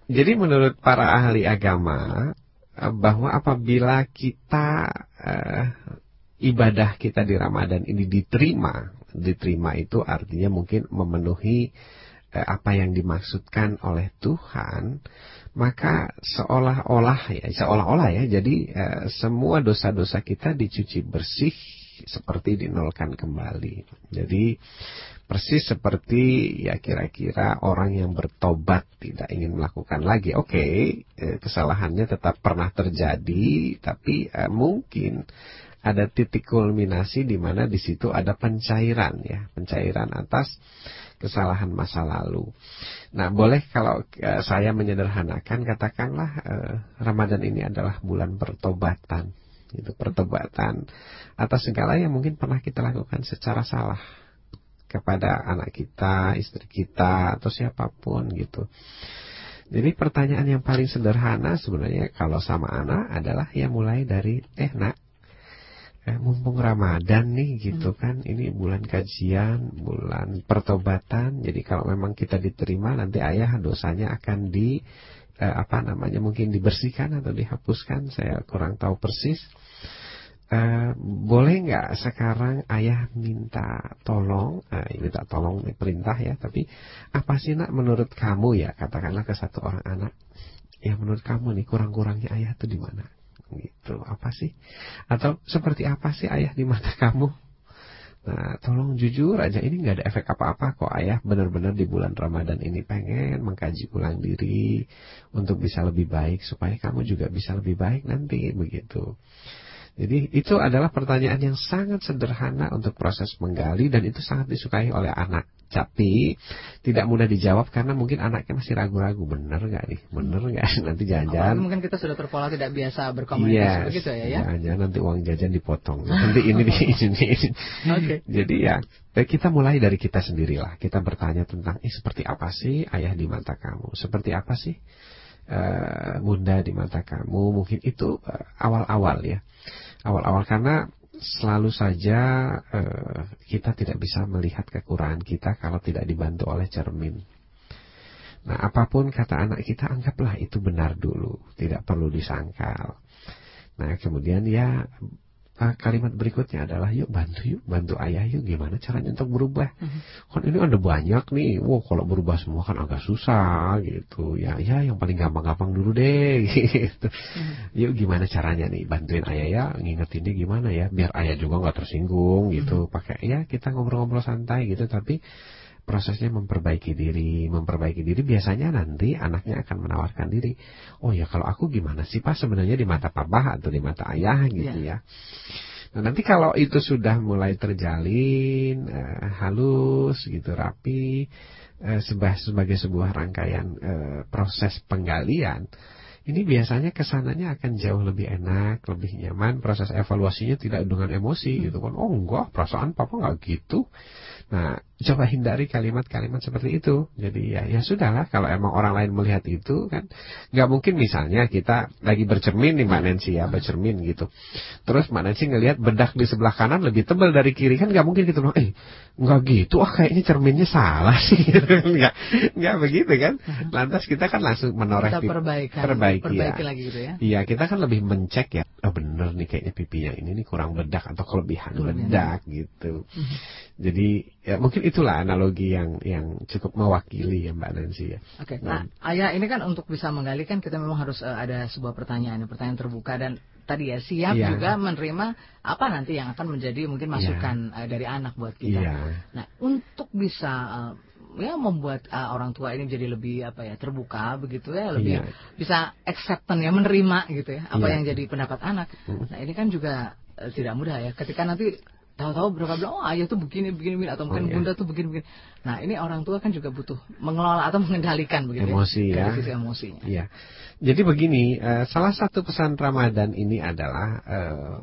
jadi menurut para ahli agama bahwa apabila kita uh, ibadah kita di Ramadan ini diterima, diterima itu artinya mungkin memenuhi uh, apa yang dimaksudkan oleh Tuhan, maka seolah-olah ya, seolah-olah ya, jadi uh, semua dosa-dosa kita dicuci bersih seperti dinolkan kembali. Jadi persis seperti ya kira-kira orang yang bertobat tidak ingin melakukan lagi. Oke, okay, kesalahannya tetap pernah terjadi, tapi eh, mungkin ada titik kulminasi di mana di situ ada pencairan ya, pencairan atas kesalahan masa lalu. Nah, boleh kalau eh, saya menyederhanakan, katakanlah eh, Ramadan ini adalah bulan pertobatan. Itu pertobatan atas segala yang mungkin pernah kita lakukan secara salah kepada anak kita, istri kita, atau siapapun gitu. Jadi pertanyaan yang paling sederhana sebenarnya kalau sama anak adalah ya mulai dari eh nak, eh, mumpung Ramadan nih gitu kan, ini bulan kajian, bulan pertobatan. Jadi kalau memang kita diterima, nanti ayah dosanya akan di eh, apa namanya mungkin dibersihkan atau dihapuskan, saya kurang tahu persis. Uh, boleh nggak sekarang ayah minta tolong, uh, minta tolong perintah ya, tapi apa sih nak menurut kamu ya, katakanlah ke satu orang anak, ya menurut kamu nih kurang-kurangnya ayah tuh di mana, gitu, apa sih, atau seperti apa sih ayah di mata kamu? Nah, tolong jujur aja, ini nggak ada efek apa-apa kok, ayah benar-benar di bulan Ramadan ini pengen mengkaji ulang diri untuk bisa lebih baik supaya kamu juga bisa lebih baik nanti, begitu. Jadi itu adalah pertanyaan yang sangat sederhana untuk proses menggali, dan itu sangat disukai oleh anak. Tapi tidak mudah dijawab karena mungkin anaknya masih ragu-ragu, bener gak nih, bener gak nanti jangan-jangan. Mungkin kita sudah terpola tidak biasa berkomunikasi, yes, begitu ya ya. Jangan nanti uang jajan dipotong, nanti ini di ini. Okay. Jadi ya kita mulai dari kita sendirilah. Kita bertanya tentang, eh seperti apa sih ayah di mata kamu? Seperti apa sih uh, bunda di mata kamu? Mungkin itu uh, awal-awal ya. Awal-awal, karena selalu saja uh, kita tidak bisa melihat kekurangan kita kalau tidak dibantu oleh cermin. Nah, apapun kata anak kita, anggaplah itu benar dulu, tidak perlu disangkal. Nah, kemudian ya uh, kalimat berikutnya adalah yuk bantu yuk, bantu ayah yuk, gimana caranya untuk berubah. Uh-huh. Kan ini ada banyak nih, wow kalau berubah semua kan agak susah gitu. Ya, ya yang paling gampang-gampang dulu deh gitu. Uh-huh. Yuk gimana caranya nih, bantuin ayah ya, ngingetinnya gimana ya, biar ayah juga nggak tersinggung gitu. Uh-huh. Pakai ya kita ngobrol-ngobrol santai gitu, tapi prosesnya memperbaiki diri, memperbaiki diri biasanya nanti anaknya akan menawarkan diri. Oh ya kalau aku gimana sih Pak sebenarnya di mata papa atau di mata ayah gitu ya. ya. Nah nanti kalau itu sudah mulai terjalin eh, halus gitu, rapi, eh, sebagai, sebagai sebuah rangkaian eh, proses penggalian, ini biasanya kesananya akan jauh lebih enak, lebih nyaman. Proses evaluasinya tidak dengan emosi hmm. gitu kan. Oh enggak, perasaan papa nggak gitu. Nah, coba hindari kalimat-kalimat seperti itu. Jadi ya ya sudahlah, kalau emang orang lain melihat itu kan, nggak mungkin misalnya kita lagi bercermin nih Mbak Nancy ya, bercermin gitu. Terus Mbak Nancy ngelihat bedak di sebelah kanan lebih tebal dari kiri, kan nggak mungkin gitu loh. Eh, nggak gitu, ah kayaknya cerminnya salah sih. nggak nggak begitu kan. Lantas kita kan langsung menoreh kita perbaikan, perbaiki, perbaiki ya. lagi gitu ya. Iya, kita kan lebih mencek ya. Oh bener nih kayaknya pipinya ini nih kurang bedak atau kelebihan bedak gitu. Mm-hmm. Jadi ya mungkin itulah analogi yang yang cukup mewakili ya Mbak Nancy ya. Oke. Okay. Nah, ayah ini kan untuk bisa menggali kan kita memang harus uh, ada sebuah pertanyaan, pertanyaan terbuka, dan tadi ya siap yeah. juga menerima apa nanti yang akan menjadi mungkin masukan yeah. uh, dari anak buat kita. Yeah. Nah, untuk bisa uh, ya membuat uh, orang tua ini jadi lebih apa ya terbuka begitu ya, lebih yeah. bisa acceptance ya, menerima gitu ya apa yeah. yang jadi pendapat anak. Mm. Nah, ini kan juga uh, tidak mudah ya ketika nanti tahu-tahu berapa bilang, oh ayah tuh begini, begini, begini, atau mungkin oh, bunda iya. tuh begini, begini. Nah ini orang tua kan juga butuh mengelola atau mengendalikan begitu emosi ya, dari sisi emosinya. Iya. Jadi begini, uh, salah satu pesan Ramadan ini adalah uh,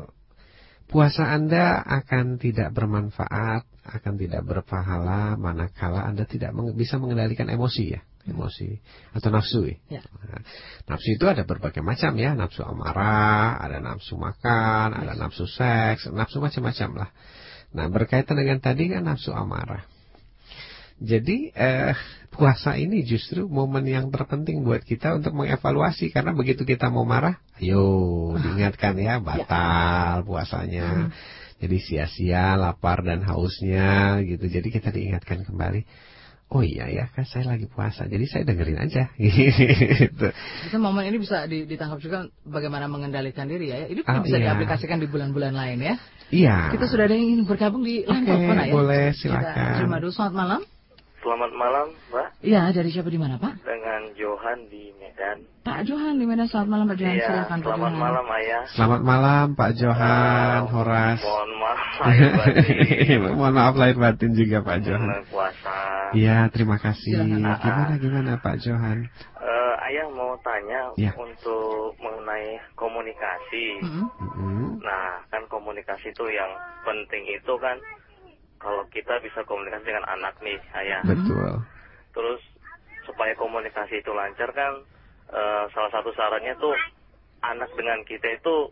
puasa Anda akan tidak bermanfaat, akan tidak berpahala manakala Anda tidak meng- bisa mengendalikan emosi ya. Emosi atau nafsu ya. ya. Nah, nafsu itu ada berbagai macam ya, nafsu amarah, ada nafsu makan, yes. ada nafsu seks, nafsu macam-macam lah. Nah berkaitan dengan tadi kan nafsu amarah. Jadi eh, puasa ini justru momen yang terpenting buat kita untuk mengevaluasi. Karena begitu kita mau marah, ayo diingatkan ya, batal puasanya. Jadi sia-sia lapar dan hausnya gitu. Jadi kita diingatkan kembali. Oh iya ya, kan saya lagi puasa, jadi saya dengerin aja. Gitu. Bisa momen ini bisa ditangkap juga bagaimana mengendalikan diri ya. Ini Oh, bisa iya. diaplikasikan di bulan-bulan lain ya. Iya. Kita sudah ada yang ingin bergabung di line Oke, telepon ya. boleh, Kita silakan. terima dulu. Selamat malam. Selamat malam, Mbak. Iya, dari siapa di mana, Pak? Dengan Johan di Medan. Pak Johan di Medan. Selamat malam, Pak Johan. Iya, Silakan, Pak selamat Johan. malam, Ayah. Selamat malam Pak Johan, Uh, Horas. Mohon maaf, lahir batin. Mohon maaf lahir batin juga Pak Johan. Bulan puasa. Iya, terima kasih. Silakan. Gimana gimana Pak Johan? Eh, Ayah mau tanya Ya. untuk mengenai komunikasi. Mm-mm. Mm-mm. Nah, kan komunikasi itu yang penting itu kan kalau kita bisa komunikasi dengan anak nih, Ayah. Betul. Terus supaya komunikasi itu lancar kan eh, salah satu syaratnya tuh anak dengan kita itu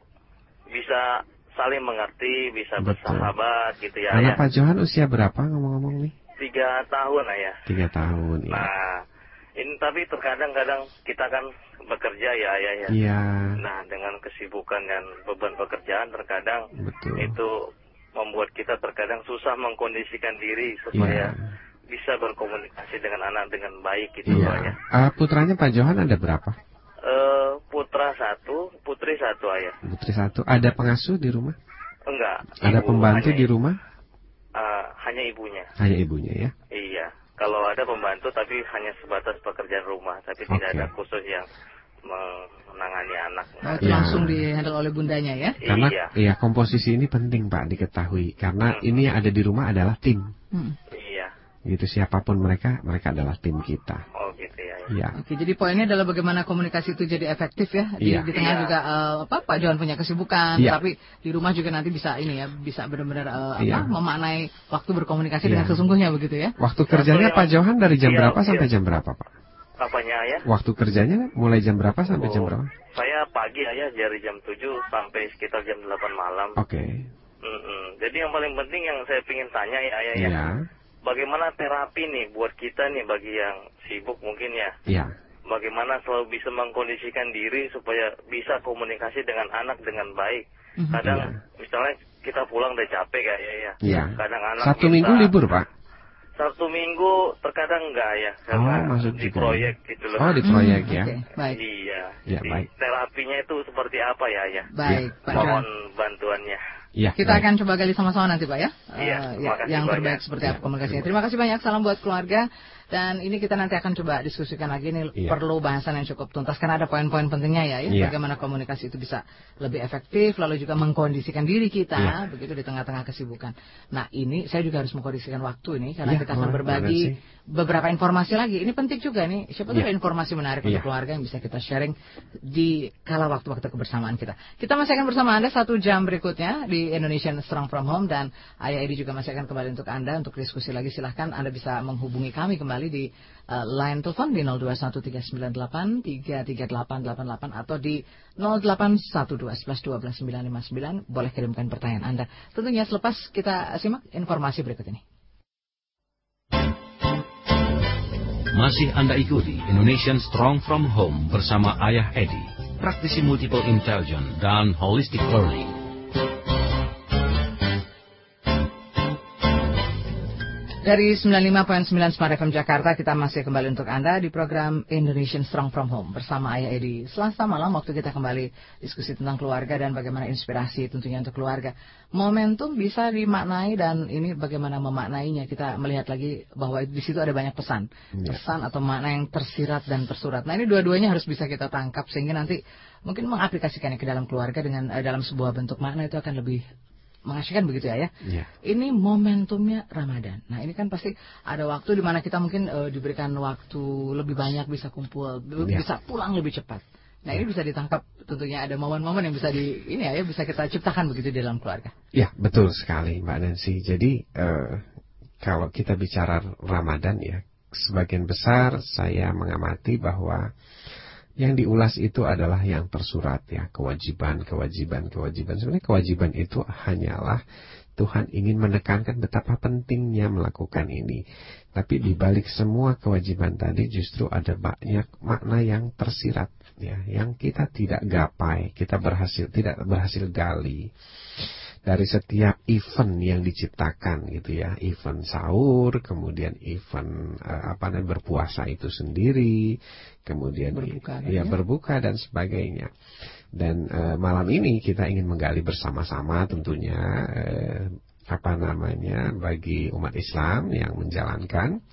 bisa saling mengerti, bisa Betul. bersahabat gitu ya. Anak ya. Pak Johan usia berapa ngomong-ngomong nih? Tiga tahun Ayah. Tiga tahun ya. Nah, ini tapi terkadang-kadang kita kan bekerja ya Ayah ya. Iya, Nah, dengan kesibukan dan beban pekerjaan terkadang betul. itu membuat kita terkadang susah mengkondisikan diri supaya Iya. bisa berkomunikasi dengan anak dengan baik gitu Iya. loh ya. Eh, putranya Pak Johan ada berapa? Eh, putra satu, putri satu Ayah. Putri satu. Ada pengasuh di rumah? Enggak. Ada ibu, pembantu hanya, di rumah? eh, hanya ibunya. Hanya ibunya ya. Iya. Kalau ada pembantu tapi hanya sebatas pekerjaan rumah, tapi Oke. tidak ada khusus yang menangani anak. Oh, itu Ya. langsung di-handle oleh bundanya ya. Karena Iya. ya komposisi ini penting Pak diketahui. Karena Hmm. ini yang ada di rumah adalah tim. Hmm. Iya. Gitu, siapapun mereka, mereka adalah tim kita. Oh gitu ya. ya. Iya. Oke, jadi poinnya adalah bagaimana komunikasi itu jadi efektif ya. Di, Iya. di tengah Iya. juga eh, apa Pak Johan punya kesibukan, Iya. tapi di rumah juga nanti bisa ini ya, bisa benar-benar eh, Iya. apa memaknai waktu berkomunikasi Iya. dengan sesungguhnya begitu ya. Waktu kerjanya yang- Pak Johan dari jam Iya, berapa iya. sampai jam berapa Pak? Apanya ya? Waktu kerjanya mulai jam berapa sampai jam Oh, berapa? Saya pagi Ayah dari jam tujuh sampai sekitar jam delapan malam. Oke. Mm-mm. Jadi yang paling penting yang saya ingin tanya ya Ayah ya. Iya. Bagaimana terapi nih buat kita nih bagi yang sibuk mungkin ya. Iya. Bagaimana selalu bisa mengkondisikan diri supaya bisa komunikasi dengan anak dengan baik. Mhm. Kadang Iya. misalnya kita pulang udah capek kayak ya. Iya. Kadang anak Satu minta- minggu libur Pak? Satu minggu terkadang enggak ya. Karena Oh, masuk di juga. proyek gitu loh. Oh, di proyek Hmm, ya. oke, baik. Iya. Ya, Jadi baik. terapinya itu seperti apa ya ya? Baik, Pak Johan. Mohon bantuannya. Iya. Kita baik. akan coba gali sama-sama nanti Pak ya. Iya, Eh, terima kasih yang terbaik banyak. seperti Iya, apa komunikasinya. terima Terima kasih banyak, salam buat keluarga. Dan ini kita nanti akan coba diskusikan lagi nih, Iya. perlu bahasan yang cukup tuntas karena ada poin-poin pentingnya ya, ya. Iya. Bagaimana komunikasi itu bisa lebih efektif, lalu juga mengkondisikan diri kita Iya. begitu di tengah-tengah kesibukan. Nah ini saya juga harus mengkondisikan waktu ini karena Iya, kita akan boleh, berbagi boleh beberapa informasi lagi. Ini penting juga nih, siapa tahu Iya. ada informasi menarik Iya. untuk keluarga yang bisa kita sharing di kala waktu-waktu kebersamaan kita. Kita masih akan bersama Anda satu jam berikutnya di Indonesian Strong from Home dan Ayah Edi juga masih akan kembali untuk Anda untuk diskusi lagi. Silahkan Anda bisa menghubungi kami kembali di uh, line telepon di nol dua satu tiga sembilan delapan tiga tiga delapan delapan delapan atau di nol delapan satu dua satu satu dua sembilan lima sembilan. Boleh kirimkan pertanyaan Anda. Tentunya selepas kita simak informasi berikut ini. Masih Anda ikuti Indonesian Strong from Home bersama Ayah Edi, praktisi multiple intelligence dan holistic learning. Dari sembilan puluh lima koma sembilan Smart F M Jakarta, kita masih kembali untuk Anda di program Indonesian Strong from Home bersama Ayah Edi. Selasa malam waktu kita kembali diskusi tentang keluarga dan bagaimana inspirasi tentunya untuk keluarga. Momentum bisa dimaknai dan ini bagaimana memaknainya. Kita melihat lagi bahwa di situ ada banyak pesan. Ya. Pesan atau makna yang tersirat dan tersurat. Nah ini dua-duanya harus bisa kita tangkap sehingga nanti mungkin mengaplikasikannya ke dalam keluarga dengan eh, dalam sebuah bentuk makna itu akan lebih mengasihkan begitu ya ya. Iya. Ini momentumnya Ramadan. Nah ini kan pasti ada waktu di mana kita mungkin eh, diberikan waktu lebih banyak bisa kumpul, b- Ya. bisa pulang lebih cepat. Nah ini bisa ditangkap tentunya ada momen-momen yang bisa di ini ya, ya bisa kita ciptakan begitu di dalam keluarga. Ya, betul sekali Mbak Nancy. Jadi eh, kalau kita bicara Ramadan ya, sebagian besar saya mengamati bahwa yang diulas itu adalah yang tersurat ya, kewajiban, kewajiban, kewajiban. Sebenarnya kewajiban itu hanyalah Tuhan ingin menekankan betapa pentingnya melakukan ini. Tapi di balik semua kewajiban tadi justru ada banyak makna yang tersirat, ya, yang kita tidak gapai, kita berhasil tidak berhasil gali. Dari setiap event yang diciptakan gitu ya, event sahur, kemudian event uh, apa namanya berpuasa itu sendiri, kemudian berbuka, ya, ya berbuka dan sebagainya. Dan uh, malam ini kita ingin menggali bersama-sama tentunya uh, apa namanya bagi umat Islam yang menjalankan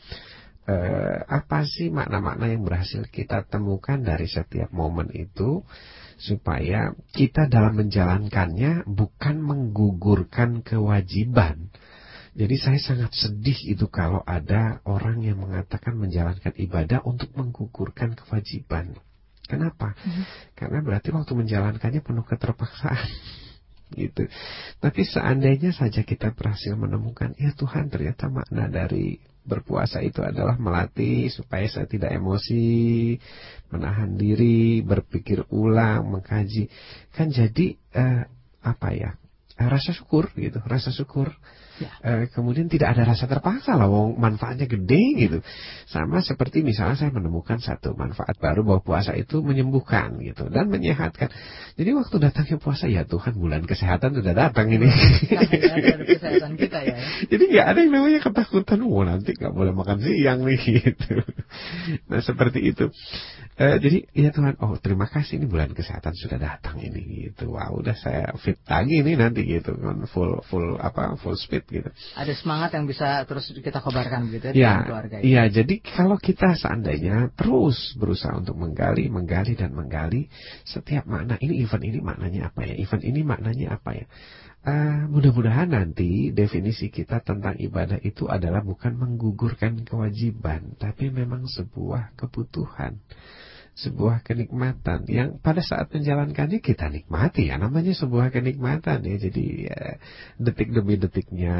uh, apa sih makna-makna yang berhasil kita temukan dari setiap momen itu, supaya kita dalam menjalankannya bukan menggugurkan kewajiban. Jadi saya sangat sedih itu kalau ada orang yang mengatakan menjalankan ibadah untuk menggugurkan kewajiban. Kenapa? Mm-hmm. Karena berarti waktu menjalankannya penuh keterpaksaan. Gitu. Tapi seandainya saja kita berhasil menemukan, ya Tuhan, ternyata makna dari berpuasa itu adalah melatih supaya saya tidak emosi, menahan diri, berpikir ulang, mengkaji. Kan jadi eh, apa ya? Rasa syukur gitu, rasa syukur. Ya. Eh, kemudian tidak ada rasa terpaksa lah, wong manfaatnya gede gitu. Sama seperti misalnya saya menemukan satu manfaat baru bahwa puasa itu menyembuhkan gitu dan menyehatkan. Jadi waktu datangnya puasa, ya Tuhan, bulan kesehatan sudah datang ini. Ada kesehatan kita ya. Jadi nggak ada yang namanya ketakutan, oh nanti nggak boleh makan siang nih gitu. Nah seperti itu. Eh, jadi ya Tuhan, oh terima kasih ini bulan kesehatan sudah datang ini gitu. Wah udah saya fit lagi nih nanti gitu kan, full full apa full speed gitu. Ada semangat yang bisa terus kita kobarkan gitu ya, ya dengan keluarga ini. Iya, jadi kalau kita seandainya terus berusaha untuk menggali, menggali dan menggali setiap makna, ini event ini maknanya apa ya, event ini maknanya apa ya. Uh, mudah-mudahan nanti definisi kita tentang ibadah itu adalah bukan menggugurkan kewajiban, tapi memang sebuah kebutuhan, sebuah kenikmatan yang pada saat menjalankannya kita nikmati, ya namanya sebuah kenikmatan ya. Jadi ya, detik demi detiknya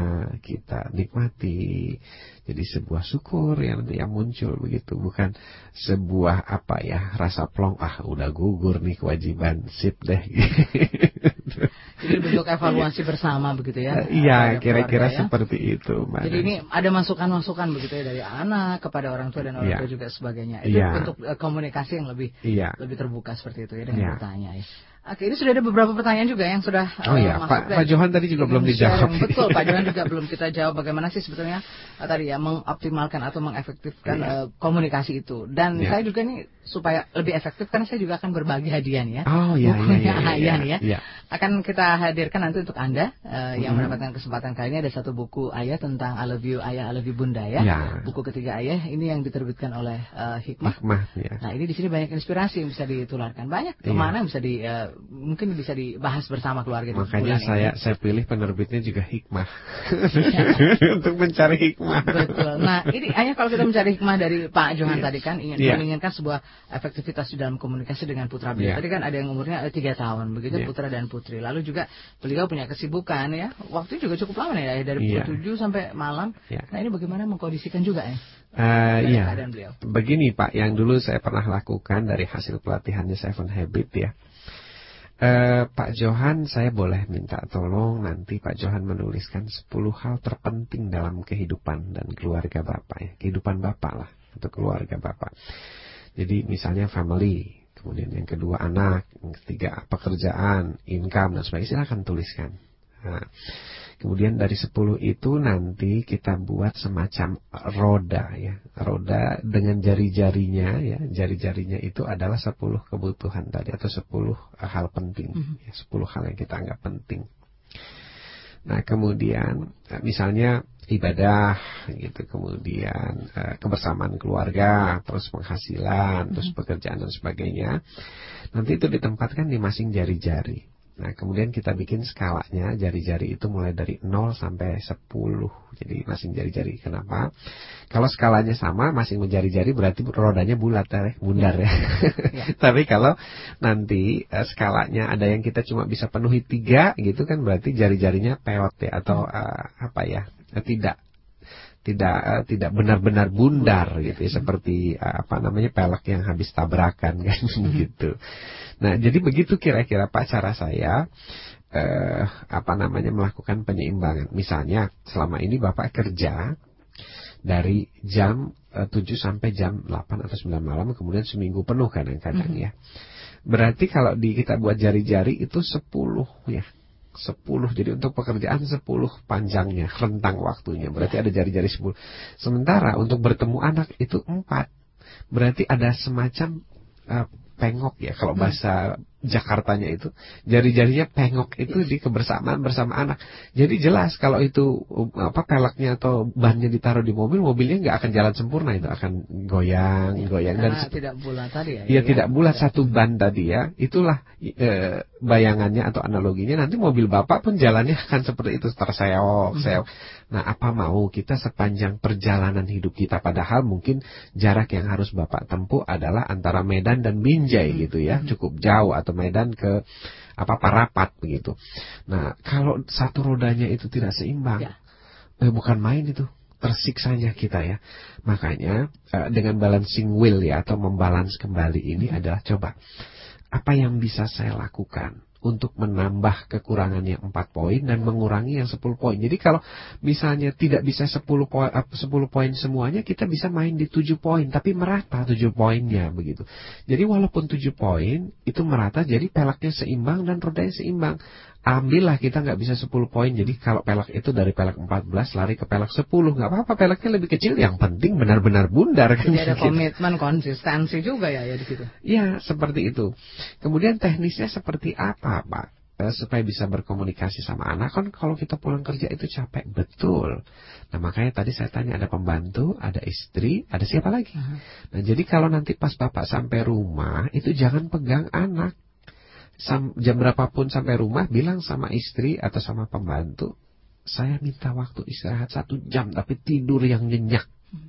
kita nikmati. Jadi sebuah syukur yang yang muncul begitu, bukan sebuah apa ya rasa plong, ah udah gugur nih kewajiban, sip deh. Jadi bentuk evaluasi bersama begitu ya. Iya, kira-kira ya. Seperti itu. Jadi ini ada masukan-masukan begitu ya dari anak kepada orang tua dan orang ya. tua juga sebagainya. Itu ya. bentuk uh, komunikasi yang lebih ya. lebih terbuka seperti itu ya dengan ya. bertanya ya. Oke, ini sudah ada beberapa pertanyaan juga yang sudah uh, oh iya, masuk. Pak, Pak Johan tadi juga belum dijawab. Betul, Pak Johan juga belum kita jawab bagaimana sih sebetulnya uh, tadi ya mengoptimalkan atau mengefektifkan ya. uh, komunikasi itu. Dan ya. saya juga nih supaya lebih efektif karena saya juga akan berbagi hadiah nih ya. Oh iya, iya, iya, iya, iya, ya. iya. Akan kita hadirkan nanti untuk Anda uh, yang hmm. mendapatkan kesempatan kali ini, ada satu buku Ayah tentang I Love You Ayah, I Love You Bunda ya. ya. Buku ketiga Ayah ini yang diterbitkan oleh uh, Hikmah. Hikmah ya. Nah, ini di sini banyak inspirasi yang bisa ditularkan. Banyak ya. kemana yang bisa di uh, mungkin bisa dibahas bersama keluarga. Makanya saya ini. saya pilih penerbitnya juga Hikmah. Untuk mencari hikmah. Betul. Nah, ini Ayah kalau kita mencari hikmah dari Pak Johan ya. Tadi kan ingin ya. menginginkan sebuah efektivitas di dalam komunikasi dengan putra beliau. Ya. Tadi kan ada yang umurnya tiga tahun begitu ya. Putra dan putri. Lalu juga beliau punya kesibukan ya. Waktu juga cukup lama nih ya, dari pukul ya. tujuh sampai malam. Ya. Nah, ini bagaimana mengkondisikan juga ya? Uh, iya. Begini Pak, yang dulu saya pernah lakukan dari hasil pelatihannya Seven Habit ya. Uh, Pak Johan, saya boleh minta tolong nanti Pak Johan menuliskan sepuluh hal terpenting dalam kehidupan dan keluarga Bapak ya. Kehidupan Bapak lah, untuk keluarga Bapak. Jadi misalnya family, kemudian yang kedua anak, yang ketiga pekerjaan, income dan sebagainya, silakan tuliskan. Nah, kemudian dari sepuluh itu nanti kita buat semacam roda ya. Roda dengan jari-jarinya ya. Jari-jarinya itu adalah sepuluh kebutuhan tadi atau sepuluh hal penting. Mm-hmm. Ya, sepuluh hal yang kita anggap penting. Nah, kemudian misalnya ibadah gitu, kemudian uh, kebersamaan keluarga, terus penghasilan, mm-hmm. terus pekerjaan dan sebagainya. Nanti itu ditempatkan di masing jari-jari. Nah, kemudian kita bikin skalanya, jari-jari itu mulai dari nol sampai sepuluh. Jadi masing jari-jari. Kenapa? Kalau skalanya sama, masing jari-jari berarti rodanya bulat ya, bundar ya. ya. Tapi kalau nanti uh, skalanya ada yang kita cuma bisa penuhi tiga gitu kan, berarti jari-jarinya peot ya, atau uh, apa ya, tidak tidak uh, tidak benar-benar bundar gitu ya, seperti uh, apa namanya pelek yang habis tabrakan kan gitu. Nah, jadi begitu kira-kira Pak cara saya eh, apa namanya melakukan penyeimbangan. Misalnya selama ini Bapak kerja dari jam eh, tujuh sampai jam delapan atau sembilan malam, kemudian seminggu penuh kadang-kadang mm-hmm. ya. Berarti kalau di kita buat jari-jari itu sepuluh ya. sepuluh. Jadi untuk pekerjaan sepuluh panjangnya, rentang waktunya. Berarti ada jari-jari sepuluh. Sementara untuk bertemu anak itu empat. Berarti ada semacam uh, pengok ya. Kalau bahasa Jakartanya itu, jari-jarinya pengok itu di kebersamaan bersama anak. Jadi jelas kalau itu apa peleknya atau bannya ditaruh di mobil, mobilnya nggak akan jalan sempurna, itu akan goyang, ya, goyang dan tidak bulat tadi ya. Iya, ya, tidak bulat satu ban tadi ya. Itulah e, bayangannya atau analoginya, nanti mobil Bapak pun jalannya akan seperti itu, terseok, seok. Nah, apa mau kita sepanjang perjalanan hidup kita, padahal mungkin jarak yang harus Bapak tempuh adalah antara Medan dan Binjai gitu ya, cukup jauh, atau Medan ke apa Parapat begitu. Nah, kalau satu rodanya itu tidak seimbang, ya. eh, bukan main itu, tersiksanya kita ya. Makanya eh, dengan balancing wheel ya, atau membalance kembali ini hmm. adalah coba apa yang bisa saya lakukan untuk menambah kekurangan yang empat poin dan mengurangi yang sepuluh poin. Jadi kalau misalnya tidak bisa sepuluh poin, sepuluh poin semuanya, kita bisa main di tujuh poin, tapi merata tujuh poinnya begitu. Jadi walaupun tujuh poin itu merata, jadi peleknya seimbang dan rodanya seimbang. Ambillah kita nggak bisa sepuluh poin. Jadi kalau pelek itu dari pelek empat belas lari ke pelek sepuluh, nggak apa-apa, peleknya lebih kecil, yang penting benar-benar bundar kan. Jadi ada komitmen, konsistensi juga ya ya di situ. Ya, seperti itu. Kemudian teknisnya seperti apa, Pak? Eh, supaya bisa berkomunikasi sama anak, kan kalau kita pulang kerja itu capek betul. Nah, makanya tadi saya tanya, ada pembantu, ada istri, ada siapa lagi? Uh-huh. Nah, jadi kalau nanti pas Bapak sampai rumah itu jangan pegang anak. Sam, jam berapapun sampai rumah, bilang sama istri atau sama pembantu, saya minta waktu istirahat satu jam, tapi tidur yang nyenyak.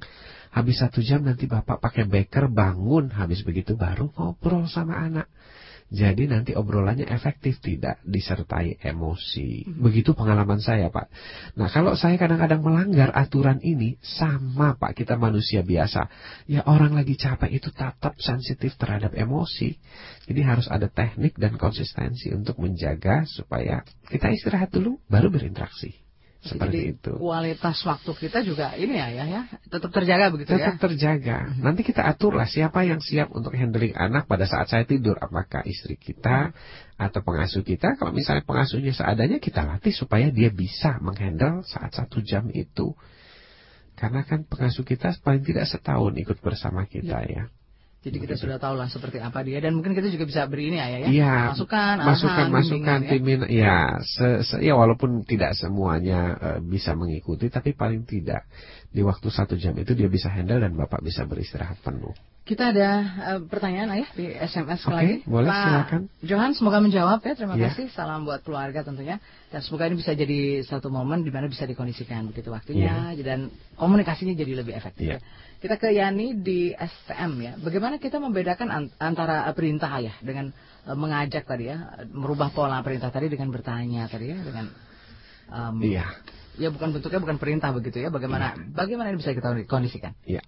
Habis satu jam nanti Bapak pakai beker bangun, habis begitu baru ngobrol sama anak. Jadi nanti obrolannya efektif, tidak disertai emosi. Begitu pengalaman saya, Pak. Nah, kalau saya kadang-kadang melanggar aturan ini, sama Pak, kita manusia biasa. Ya, orang lagi capek itu tetap sensitif terhadap emosi. Jadi harus ada teknik dan konsistensi untuk menjaga supaya kita istirahat dulu, baru berinteraksi. Seperti Jadi, itu. Kualitas waktu kita juga ini ya, ya, ya tetap terjaga begitu tetap ya. Tetap terjaga. Nanti kita aturlah siapa yang siap untuk handling anak pada saat saya tidur. Apakah istri kita atau pengasuh kita? Kalau misalnya pengasuhnya seadanya, kita latih supaya dia bisa menghandle saat satu jam itu. Karena kan pengasuh kita paling tidak setahun ikut bersama kita ya. ya. Jadi kita sudah tahu lah seperti apa dia, dan mungkin kita juga bisa beri ini ya, ya, ya masukan, masukan, arahan, masukan, ya. timin, ya, se, se, ya walaupun tidak semuanya uh, bisa mengikuti, tapi paling tidak di waktu satu jam itu dia bisa handle dan Bapak bisa beristirahat penuh. Kita ada uh, pertanyaan Ayah di S M S okay, lagi. Boleh, Pak silakan. Johan, semoga menjawab ya. Terima yeah. kasih. Salam buat keluarga tentunya. Dan semoga ini bisa jadi satu momen di mana bisa dikondisikan begitu waktunya yeah. dan komunikasinya jadi lebih efektif. Yeah. Kita ke Yani di S T M ya. Bagaimana kita membedakan antara perintah Ayah dengan uh, mengajak tadi ya, merubah pola perintah tadi dengan bertanya tadi ya, dengan um, yeah. ya bukan bentuknya bukan perintah begitu ya. Bagaimana yeah. bagaimana ini bisa kita kondisikan? Iya. Yeah.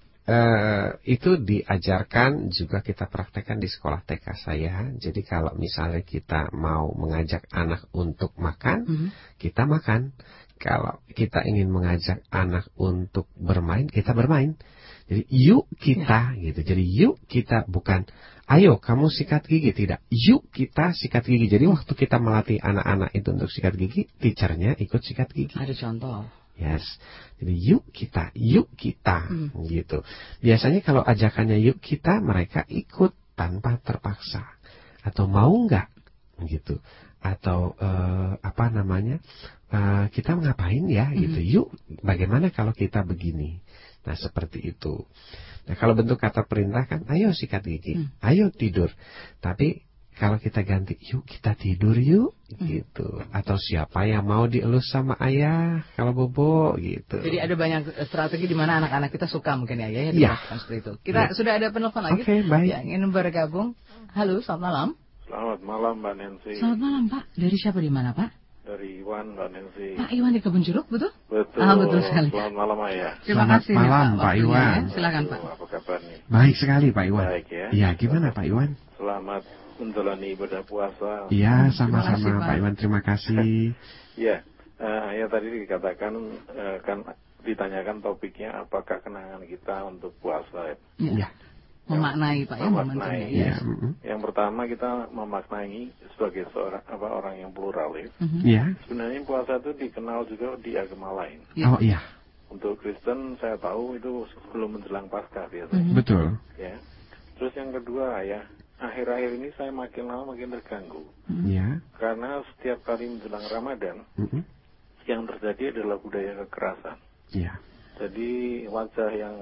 Uh, itu diajarkan juga kita praktekkan di sekolah T K saya. Jadi kalau misalnya kita mau mengajak anak untuk makan, mm-hmm. kita makan. Kalau kita ingin mengajak anak untuk bermain, kita bermain. Jadi yuk kita ya. gitu. Jadi yuk kita, bukan ayo kamu sikat gigi, tidak. Yuk kita sikat gigi. Jadi waktu kita melatih anak-anak itu untuk sikat gigi, teachernya ikut sikat gigi. Ada contoh. Yes. Jadi yuk kita, yuk kita, hmm. gitu. Biasanya kalau ajakannya yuk kita, mereka ikut tanpa terpaksa. Atau mau nggak, gitu. Atau uh, apa namanya, uh, kita ngapain ya, hmm. gitu. Yuk, bagaimana kalau kita begini? Nah, seperti itu. Nah, kalau bentuk kata perintah kan, ayo sikat gigi, hmm. ayo tidur. Tapi kalau kita ganti, yuk kita tidur yuk, hmm. gitu. Atau siapa yang mau dielus sama ayah, kalau bobo, gitu. Jadi ada banyak strategi di mana anak-anak kita suka mungkin ya, ya, ya. Seperti itu. Kita ya. Sudah ada penelpon lagi. Oke, okay, baik. Yang ingin bergabung. Halo, selamat malam. Selamat malam, Mbak Nancy. Selamat malam, Pak. Dari siapa, di mana, Pak? Dari Iwan, Mbak Nancy. Pak Iwan di Kebun Jeruk, betul? Betul. Ah, betul sekali. Selamat malam, Ayah. Terima Selamat kasih malam, Pak, Pak Iwan. Ya. Silakan, Pak. Apa kabar nih? Baik sekali, Pak Iwan. Baik ya. Iya, gimana Pak Iwan? Selamat menjalani ibadah puasa. Iya, Terima kasih, sama-sama Pak. Pak Iwan, terima kasih. Ya, eh, ya tadi dikatakan eh, kan ditanyakan topiknya apakah kenangan kita untuk puasa. Ya. Iya. Memaknai Pak ya Memaknai, momentumnya. Iya. Ya. mm-mm. Yang pertama kita memaknai sebagai seorang apa orang yang pluralis. Mhm. Iya. Sebenarnya puasa itu dikenal juga di agama lain. Ya. Oh iya, Untuk Kristen saya tahu itu sebelum menjelang Paskah biasanya. Mhm. betul. Ya. Terus yang kedua ya, akhir-akhir ini saya makin lama makin terganggu Iya. karena setiap kali menjelang Ramadan mm-mm. yang terjadi adalah budaya kekerasan. Iya. Jadi wajah yang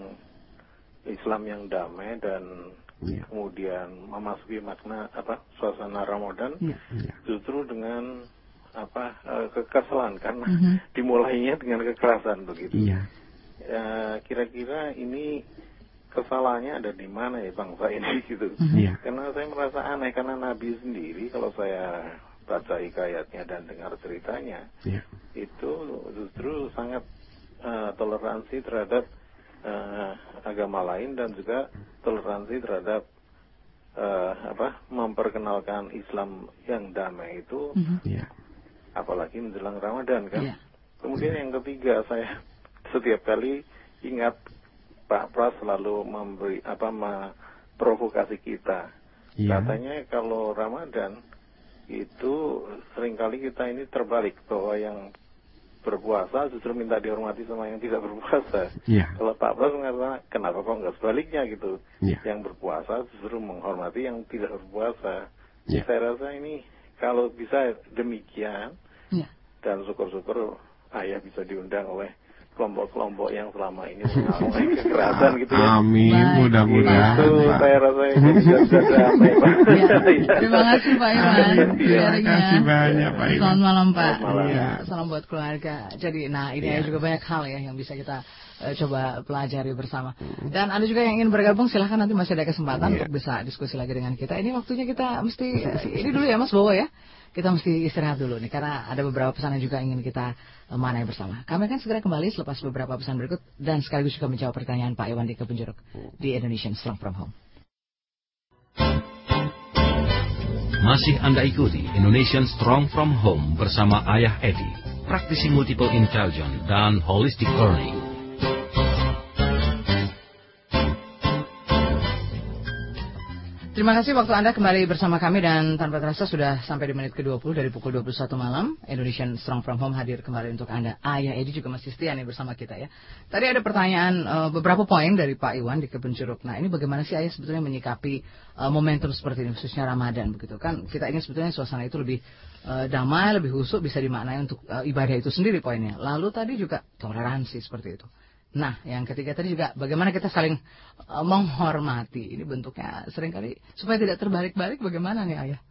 Islam yang damai dan Iya. kemudian memasuki makna apa suasana Ramadan Ya. Iya. justru dengan apa eh, kekesalan karena Mhm. dimulainya dengan kekerasan begitu. Iya. Ya, kira-kira ini kesalahannya ada di mana ya bangsa ini gitu. Mhm. Iya. Karena saya merasa aneh karena Nabi sendiri kalau saya baca hikayatnya dan dengar ceritanya Iya. itu justru sangat eh, toleransi terhadap eh, agama lain dan juga toleransi terhadap eh, apa memperkenalkan Islam yang damai itu Mhm. Iya. apalagi menjelang Ramadan kan. Iya. Kemudian yang ketiga saya setiap kali ingat Pak Pras selalu memberi apa memprovokasi kita. Iya. Katanya kalau Ramadan itu seringkali kita ini terbalik bahwa yang berpuasa justru minta dihormati sama yang tidak berpuasa. Iya. Kalau Pak Pras mengatakan kenapa kok nggak sebaliknya gitu? Iya. Yang berpuasa justru menghormati yang tidak berpuasa. Iya. Saya rasa ini kalau bisa demikian Ya. dan syukur-syukur ayah bisa diundang oleh kelompok-kelompok yang selama ini mengalami kekerasan gitu ya. Amin, Baik. mudah-mudahan. Itu Pak. saya rasa ini bisa bisa damai Pak. Ya. Terima kasih Pak Iwan. Iya. Terima kasih banyak Pak Iwan. Selamat malam Pak. Selamat malam. Iya, salam buat keluarga. Jadi, nah ini Iya. ada juga banyak hal ya yang bisa kita eh, coba pelajari bersama. Dan ada juga yang ingin bergabung, silahkan nanti masih ada kesempatan Iya. untuk bisa diskusi lagi dengan kita. Ini waktunya kita mesti ini dulu ya Mas Bowo ya. Kita mesti istirahat dulu nih karena ada beberapa pesan yang juga ingin kita eh, manai bersama. Kami akan segera kembali selepas beberapa pesan berikut dan sekaligus juga menjawab pertanyaan Pak Iwan di Kepenjuruk di Indonesian Strong from Home. Masih Anda ikuti Indonesian Strong from Home bersama Ayah Edi, praktisi multiple intelligence dan holistic learning. Terima kasih waktu Anda kembali bersama kami dan tanpa terasa sudah sampai di menit ke dua puluh dari pukul dua puluh satu malam. Indonesian Strong from Home hadir kembali untuk Anda. Ayah Edi juga masih setia nih bersama kita ya. Tadi ada pertanyaan uh, beberapa poin dari Pak Iwan di Kebun Jeruk. Nah ini bagaimana sih Ayah sebetulnya menyikapi uh, momentum seperti ini khususnya Ramadan begitu kan. Kita ingin sebetulnya suasana itu lebih uh, damai, lebih husuk, bisa dimaknai untuk uh, ibadah itu sendiri poinnya. Lalu tadi juga toleransi seperti itu. Nah, yang ketiga tadi juga bagaimana kita saling uh, menghormati. Ini bentuknya seringkali supaya tidak terbalik-balik bagaimana nih Ayah?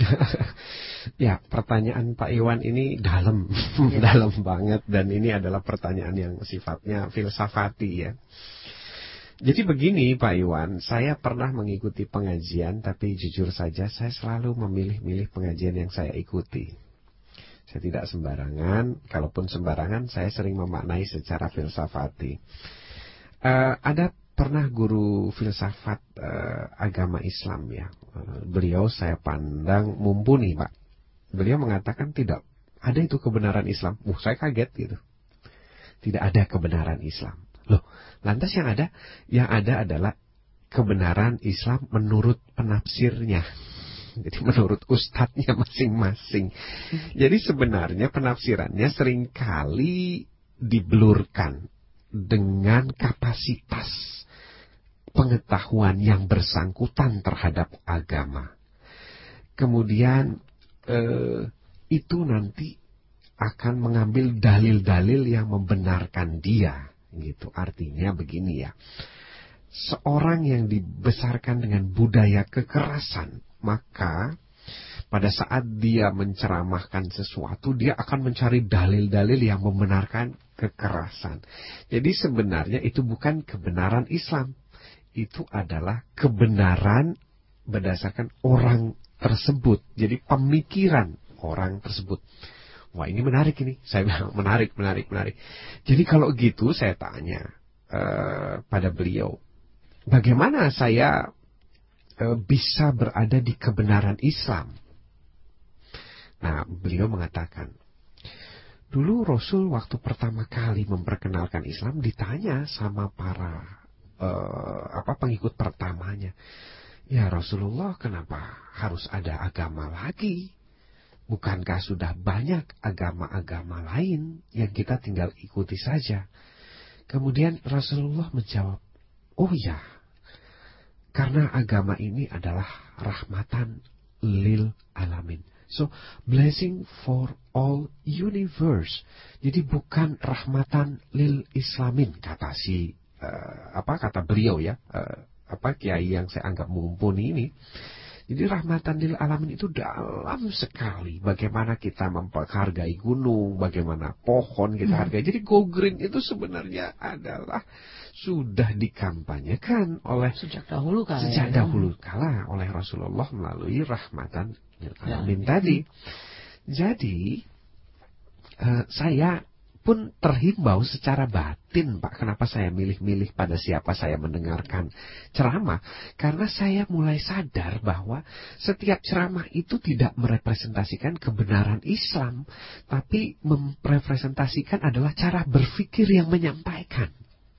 Ya, pertanyaan Pak Iwan ini dalam, Ya. dalam banget dan ini adalah pertanyaan yang sifatnya filsafati ya. Jadi begini Pak Iwan, saya pernah mengikuti pengajian tapi jujur saja saya selalu memilih-milih pengajian yang saya ikuti. Saya tidak sembarangan, kalaupun sembarangan saya sering memaknai secara filsafati. Uh, ada pernah guru filsafat uh, agama Islam ya, uh, beliau saya pandang mumpuni Pak. Beliau mengatakan tidak ada itu kebenaran Islam. Uh, saya kaget gitu. Tidak ada kebenaran Islam. Loh, lantas yang ada? Yang ada adalah kebenaran Islam menurut penafsirnya. Jadi menurut ustadznya masing-masing. Jadi sebenarnya penafsirannya seringkali diblurkan dengan kapasitas pengetahuan yang bersangkutan terhadap agama. Kemudian eh, itu nanti akan mengambil dalil-dalil yang membenarkan dia. Gitu. Artinya begini ya. Seorang yang dibesarkan dengan budaya kekerasan, maka pada saat dia menceramahkan sesuatu, dia akan mencari dalil-dalil yang membenarkan kekerasan. Jadi sebenarnya itu bukan kebenaran Islam. Itu adalah kebenaran berdasarkan orang tersebut. Jadi pemikiran orang tersebut. Wah ini menarik ini. Saya bilang menarik, menarik, menarik. Jadi kalau gitu saya tanya uh, pada beliau, bagaimana saya uh, bisa berada di kebenaran Islam. Nah, beliau mengatakan, dulu Rasul waktu pertama kali memperkenalkan Islam ditanya sama para uh, apa pengikut pertamanya, ya Rasulullah, kenapa harus ada agama lagi? Bukankah sudah banyak agama-agama lain yang kita tinggal ikuti saja? Kemudian Rasulullah menjawab, oh ya, karena agama ini adalah rahmatan lil alamin. So, blessing for all universe. Jadi bukan rahmatan lil islamin, kata si uh, apa kata beliau ya, uh, apa kiai yang saya anggap mumpuni ini. Jadi rahmatan lil alamin itu dalam sekali. Bagaimana kita menghargai gunung, bagaimana pohon kita hargai. Jadi go green itu sebenarnya adalah sudah dikampanyekan oleh sejak dahulu kala. Sejak ya. dahulu kala oleh Rasulullah melalui rahmatan lil alamin ya. tadi. Jadi uh, saya pun terhimbau secara batin, Pak. Kenapa saya milih-milih pada siapa saya mendengarkan ceramah? Karena saya mulai sadar bahwa setiap ceramah itu tidak merepresentasikan kebenaran Islam, tapi merepresentasikan adalah cara berpikir yang menyampaikan.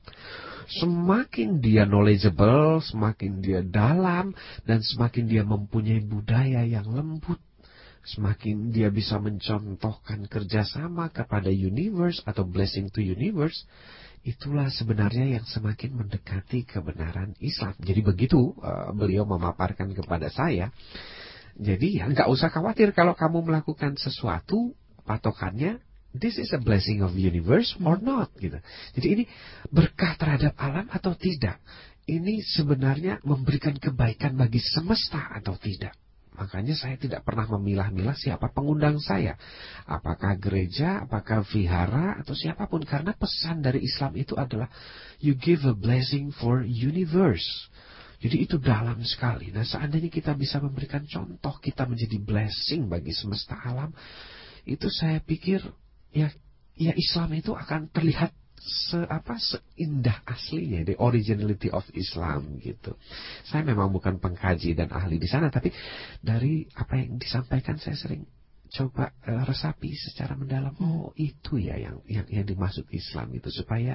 Semakin dia knowledgeable, semakin dia dalam, dan semakin dia mempunyai budaya yang lembut, semakin dia bisa mencontohkan kerjasama kepada universe atau blessing to universe, itulah sebenarnya yang semakin mendekati kebenaran Islam. Jadi begitu uh, beliau memaparkan kepada saya. Jadi ya nggak usah khawatir kalau kamu melakukan sesuatu, patokannya this is a blessing of universe or not gitu. Jadi ini berkah terhadap alam atau tidak. Ini sebenarnya memberikan kebaikan bagi semesta atau tidak. Makanya saya tidak pernah memilah-milah siapa pengundang saya. Apakah gereja, apakah vihara, atau siapapun. Karena pesan dari Islam itu adalah you give a blessing for universe. Jadi itu dalam sekali. Nah, seandainya kita bisa memberikan contoh, kita menjadi blessing bagi semesta alam, itu saya pikir ya, ya Islam itu akan terlihat se apa seindah aslinya, the originality of Islam gitu. Saya memang bukan pengkaji dan ahli di sana, tapi dari apa yang disampaikan saya sering coba uh, resapi secara mendalam. Oh, itu ya yang yang yang dimaksud Islam itu, supaya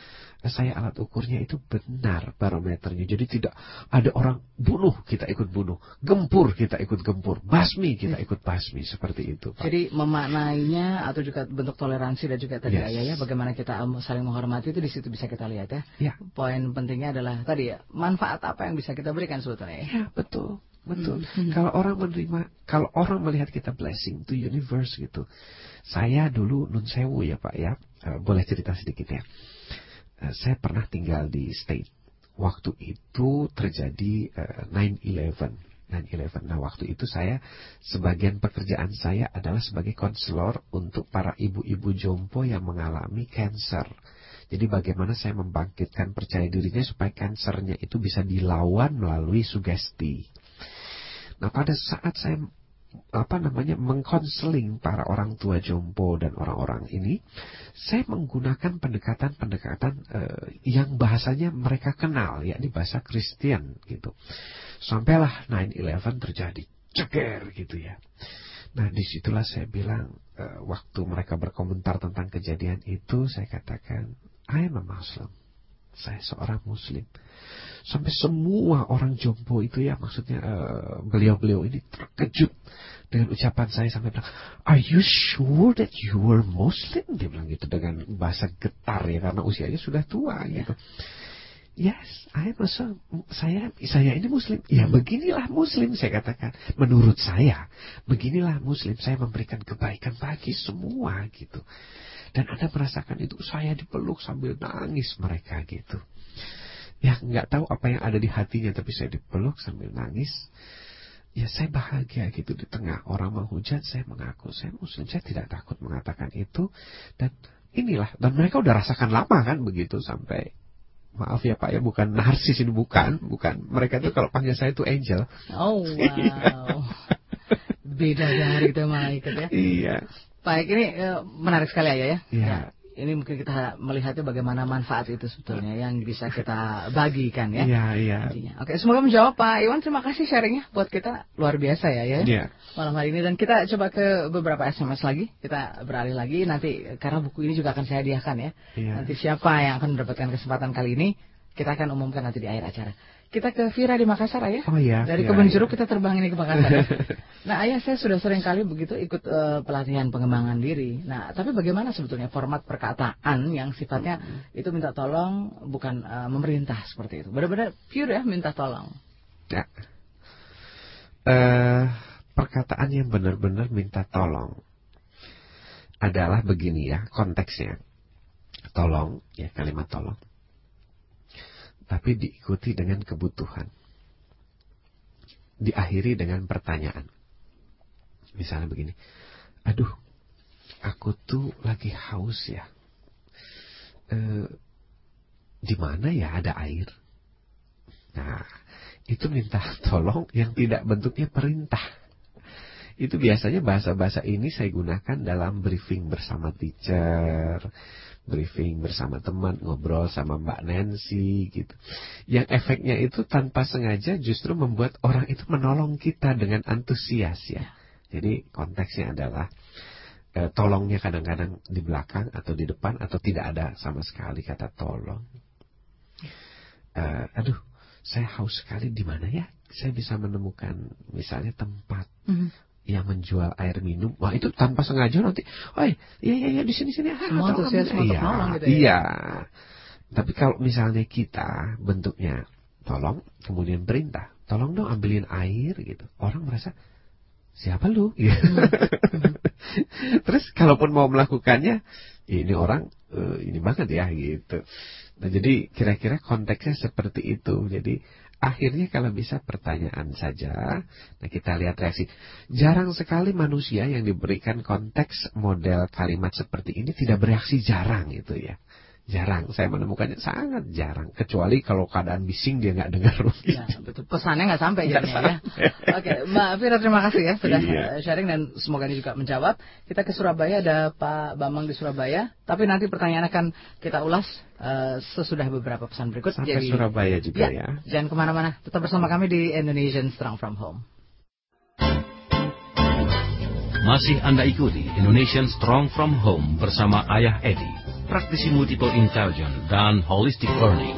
saya alat ukurnya itu benar barometernya. Jadi tidak ada orang bunuh, kita ikut bunuh. Gempur, kita ikut gempur. Basmi, kita ikut basmi. Seperti itu, Pak. Jadi memaknainya atau juga bentuk toleransi dan juga tadi yes. ayah ya, bagaimana kita saling menghormati itu di situ bisa kita lihat ya. Ya. Poin pentingnya adalah tadi ya, manfaat apa yang bisa kita berikan sebetulnya ya. Ya, betul. Betul. Hmm. Kalau orang menerima, kalau orang melihat kita blessing to universe gitu. Saya dulu nun sewu ya, Pak ya. Uh, boleh cerita sedikit ya. Saya pernah tinggal di state. Waktu itu terjadi uh, nine eleven. nine eleven. Nah, waktu itu saya, sebagian pekerjaan saya adalah sebagai konselor untuk para ibu-ibu jompo yang mengalami kanker. Jadi bagaimana saya membangkitkan percaya dirinya supaya kansernya itu bisa dilawan melalui sugesti. Nah, pada saat saya apa namanya mengkonseling para orang tua jompo dan orang-orang ini, saya menggunakan pendekatan-pendekatan uh, yang bahasanya mereka kenal, yakni bahasa Kristen gitu. Sampailah nine eleven terjadi, ceger gitu ya. Nah, disitulah saya bilang, uh, waktu mereka berkomentar tentang kejadian itu, saya katakan, I am a Muslim. Saya seorang Muslim. Sampai semua orang jompo itu ya, maksudnya uh, beliau-beliau ini terkejut dengan ucapan saya, sampai bilang, are you sure that you were Muslim? Dia bilang gitu dengan bahasa getar ya, karena usianya sudah tua gitu. Yes, I am Muslim. Saya, saya ini Muslim. Ya, beginilah Muslim, saya katakan. Menurut saya, beginilah Muslim. Saya memberikan kebaikan bagi semua gitu. Dan Anda merasakan itu, saya dipeluk sambil nangis mereka gitu. Ya, nggak tahu apa yang ada di hatinya, tapi saya dipeluk sambil nangis. Ya, saya bahagia gitu di tengah orang menghujat, saya mengaku saya Muslim, saya tidak takut mengatakan itu. Dan inilah, dan mereka udah rasakan lama kan begitu, sampai maaf ya Pak ya, bukan narsis ini, bukan, bukan. Mereka itu kalau panggil saya itu angel. Oh wow, beda dari itu malaikat ya. Iya. Baik, ini uh, menarik sekali ya ya. Iya. Ya. ini mungkin kita melihatnya bagaimana manfaat itu sebetulnya yang bisa kita bagikan ya. Iya, iya. Oke, semoga menjawab Pak Iwan. Terima kasih sharingnya buat kita, luar biasa ya ya. Iya. Malam hari ini, dan kita coba ke beberapa S M S lagi. Kita beralih lagi nanti karena buku ini juga akan saya hadiahkan ya. Iya. Nanti siapa yang akan mendapatkan kesempatan kali ini kita akan umumkan nanti di akhir acara. Kita ke Vira di Makassar, Ayah. Oh iya. Dari Vira, Kebun iya. Jeruk kita terbang ini ke Makassar. Nah, Ayah, saya sudah sering kali begitu ikut uh, pelatihan pengembangan diri. Nah, tapi bagaimana sebetulnya format perkataan yang sifatnya itu minta tolong, bukan uh, memerintah seperti itu. Benar-benar pure ya, minta tolong. Ya. Uh, perkataan yang benar-benar minta tolong adalah begini ya, konteksnya. Tolong, ya kalimat tolong. Tapi diikuti dengan kebutuhan. Diakhiri dengan pertanyaan. Misalnya begini. Aduh, aku tuh lagi haus ya. E, di mana ya ada air? Nah, itu minta tolong yang tidak bentuknya perintah. Itu biasanya bahasa-bahasa ini saya gunakan dalam briefing bersama teacher, briefing bersama teman, ngobrol sama Mbak Nancy gitu. Yang efeknya itu tanpa sengaja justru membuat orang itu menolong kita dengan antusias ya. Jadi konteksnya adalah eh, tolongnya kadang-kadang di belakang atau di depan atau tidak ada sama sekali kata tolong. Eh, aduh, saya haus sekali, di mana ya? Saya bisa menemukan misalnya tempat mm-hmm. yang menjual air minum. Wah, itu tanpa sengaja nanti, oh iya iya iya di sini sini. Semua antusias untuk iya, nolong gitu ya. Iya. Tapi kalau misalnya kita bentuknya tolong, kemudian perintah, tolong dong ambilin air gitu. Orang merasa siapa lu? Gitu. Hmm. Terus kalaupun mau melakukannya, ini orang uh, ini banget ya gitu. Nah, jadi kira-kira konteksnya seperti itu. Jadi akhirnya kalau bisa pertanyaan saja. Nah, kita lihat reaksi. Jarang sekali manusia yang diberikan konteks model kalimat seperti ini tidak bereaksi, jarang itu ya. Jarang, saya menemukannya sangat jarang. Kecuali kalau keadaan bising dia nggak dengar. Ya, betul. Pesannya nggak sampai jadinya ya. Oke, Mbak Vira terima kasih ya sudah iya. sharing dan semoga ini juga menjawab. Kita ke Surabaya, ada Pak Bambang di Surabaya. Tapi nanti pertanyaan akan kita ulas uh, sesudah beberapa pesan berikut. Sampai Jadi, Surabaya juga ya, ya. Jangan kemana-mana, tetap bersama kami di Indonesian Strong from Home. Masih Anda ikuti Indonesian Strong from Home bersama Ayah Edi, praktisi multiple intelligence dan holistic learning.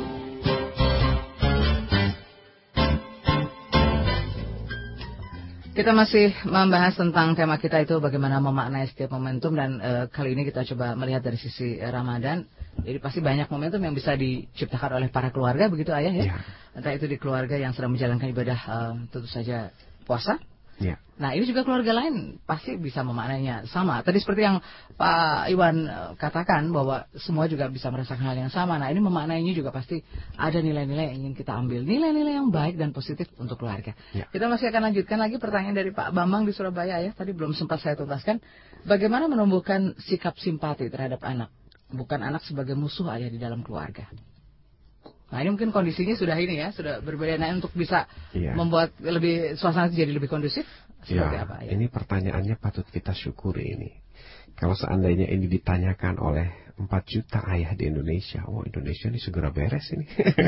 Kita masih membahas tentang tema kita itu bagaimana memaknai setiap momentum, dan e, kali ini kita coba melihat dari sisi Ramadan. Jadi pasti banyak momentum yang bisa diciptakan oleh para keluarga, begitu Ayah ya? Ya. Entah itu di keluarga yang sedang menjalankan ibadah e, tentu saja puasa. Ya. Nah, ini juga keluarga lain pasti bisa memaknainya sama. Tadi seperti yang Pak Iwan katakan bahwa semua juga bisa merasakan hal yang sama. Nah, ini memaknainya juga pasti ada nilai-nilai yang ingin kita ambil. Nilai-nilai yang baik dan positif untuk keluarga. Ya. Kita masih akan lanjutkan lagi pertanyaan dari Pak Bambang di Surabaya ya. Tadi belum sempat saya tuntaskan. Bagaimana menumbuhkan sikap simpati terhadap anak? Bukan anak sebagai musuh Ayah di dalam keluarga. Nah, ini mungkin kondisinya sudah ini ya, sudah berbeda. Nah, untuk bisa ya. membuat lebih suasana jadi lebih kondusif, seperti ya, apa? Ya? Ini pertanyaannya patut kita syukuri ini. Kalau seandainya ini ditanyakan oleh empat juta ayah di Indonesia, oh Indonesia ini segera beres ini.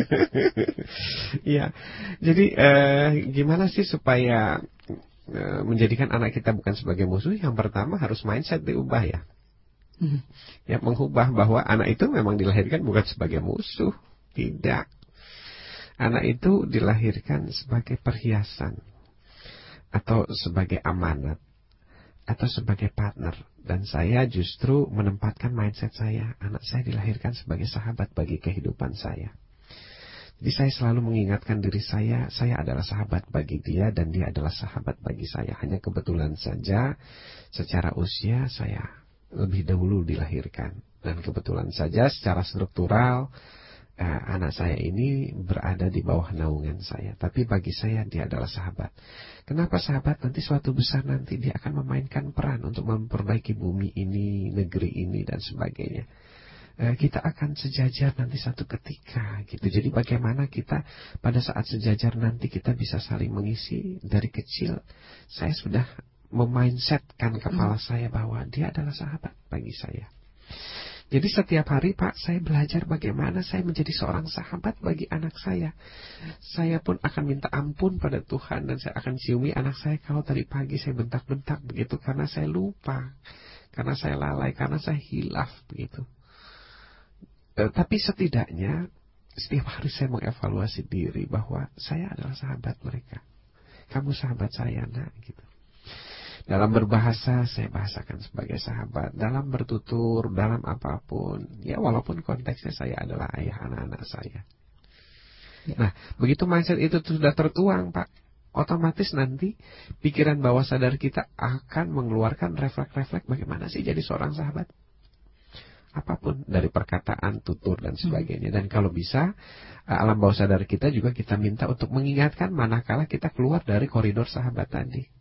Ya, jadi eh, gimana sih supaya eh, menjadikan anak kita bukan sebagai musuh? Yang pertama harus mindset diubah ya. Hmm. Ya, mengubah bahwa anak itu memang dilahirkan bukan sebagai musuh. Tidak. Anak itu dilahirkan sebagai perhiasan, atau sebagai amanat, atau sebagai partner. Dan saya justru menempatkan mindset saya, anak saya dilahirkan sebagai sahabat bagi kehidupan saya. Jadi saya selalu mengingatkan diri saya, saya adalah sahabat bagi dia dan dia adalah sahabat bagi saya. Hanya kebetulan saja secara usia saya lebih dahulu dilahirkan. Dan kebetulan saja secara struktural Uh, anak saya ini berada di bawah naungan saya. Tapi bagi saya dia adalah sahabat. Kenapa sahabat? Nanti suatu besar nanti dia akan memainkan peran untuk memperbaiki bumi ini, negeri ini dan sebagainya. Uh, kita akan sejajar nanti satu ketika gitu. Jadi bagaimana kita pada saat sejajar nanti kita bisa saling mengisi. Dari kecil saya sudah memindsetkan kepala saya bahwa dia adalah sahabat bagi saya. Jadi setiap hari Pak, saya belajar bagaimana saya menjadi seorang sahabat bagi anak saya. Saya pun akan minta ampun pada Tuhan, dan saya akan ciumi anak saya kalau tadi pagi saya bentak-bentak begitu karena saya lupa, karena saya lalai, karena saya hilaf begitu. E, tapi setidaknya setiap hari saya mengevaluasi diri bahwa saya adalah sahabat mereka. Kamu sahabat saya, nak, gitu. Dalam berbahasa, saya bahasakan sebagai sahabat. Dalam bertutur, dalam apapun. Ya, walaupun konteksnya saya adalah ayah anak-anak saya. Ya. Nah, begitu mindset itu sudah tertuang, Pak, otomatis nanti pikiran bawah sadar kita akan mengeluarkan refleks-refleks bagaimana sih jadi seorang sahabat. Apapun, dari perkataan, tutur, dan sebagainya. Dan kalau bisa, alam bawah sadar kita juga kita minta untuk mengingatkan manakala kita keluar dari koridor sahabat tadi.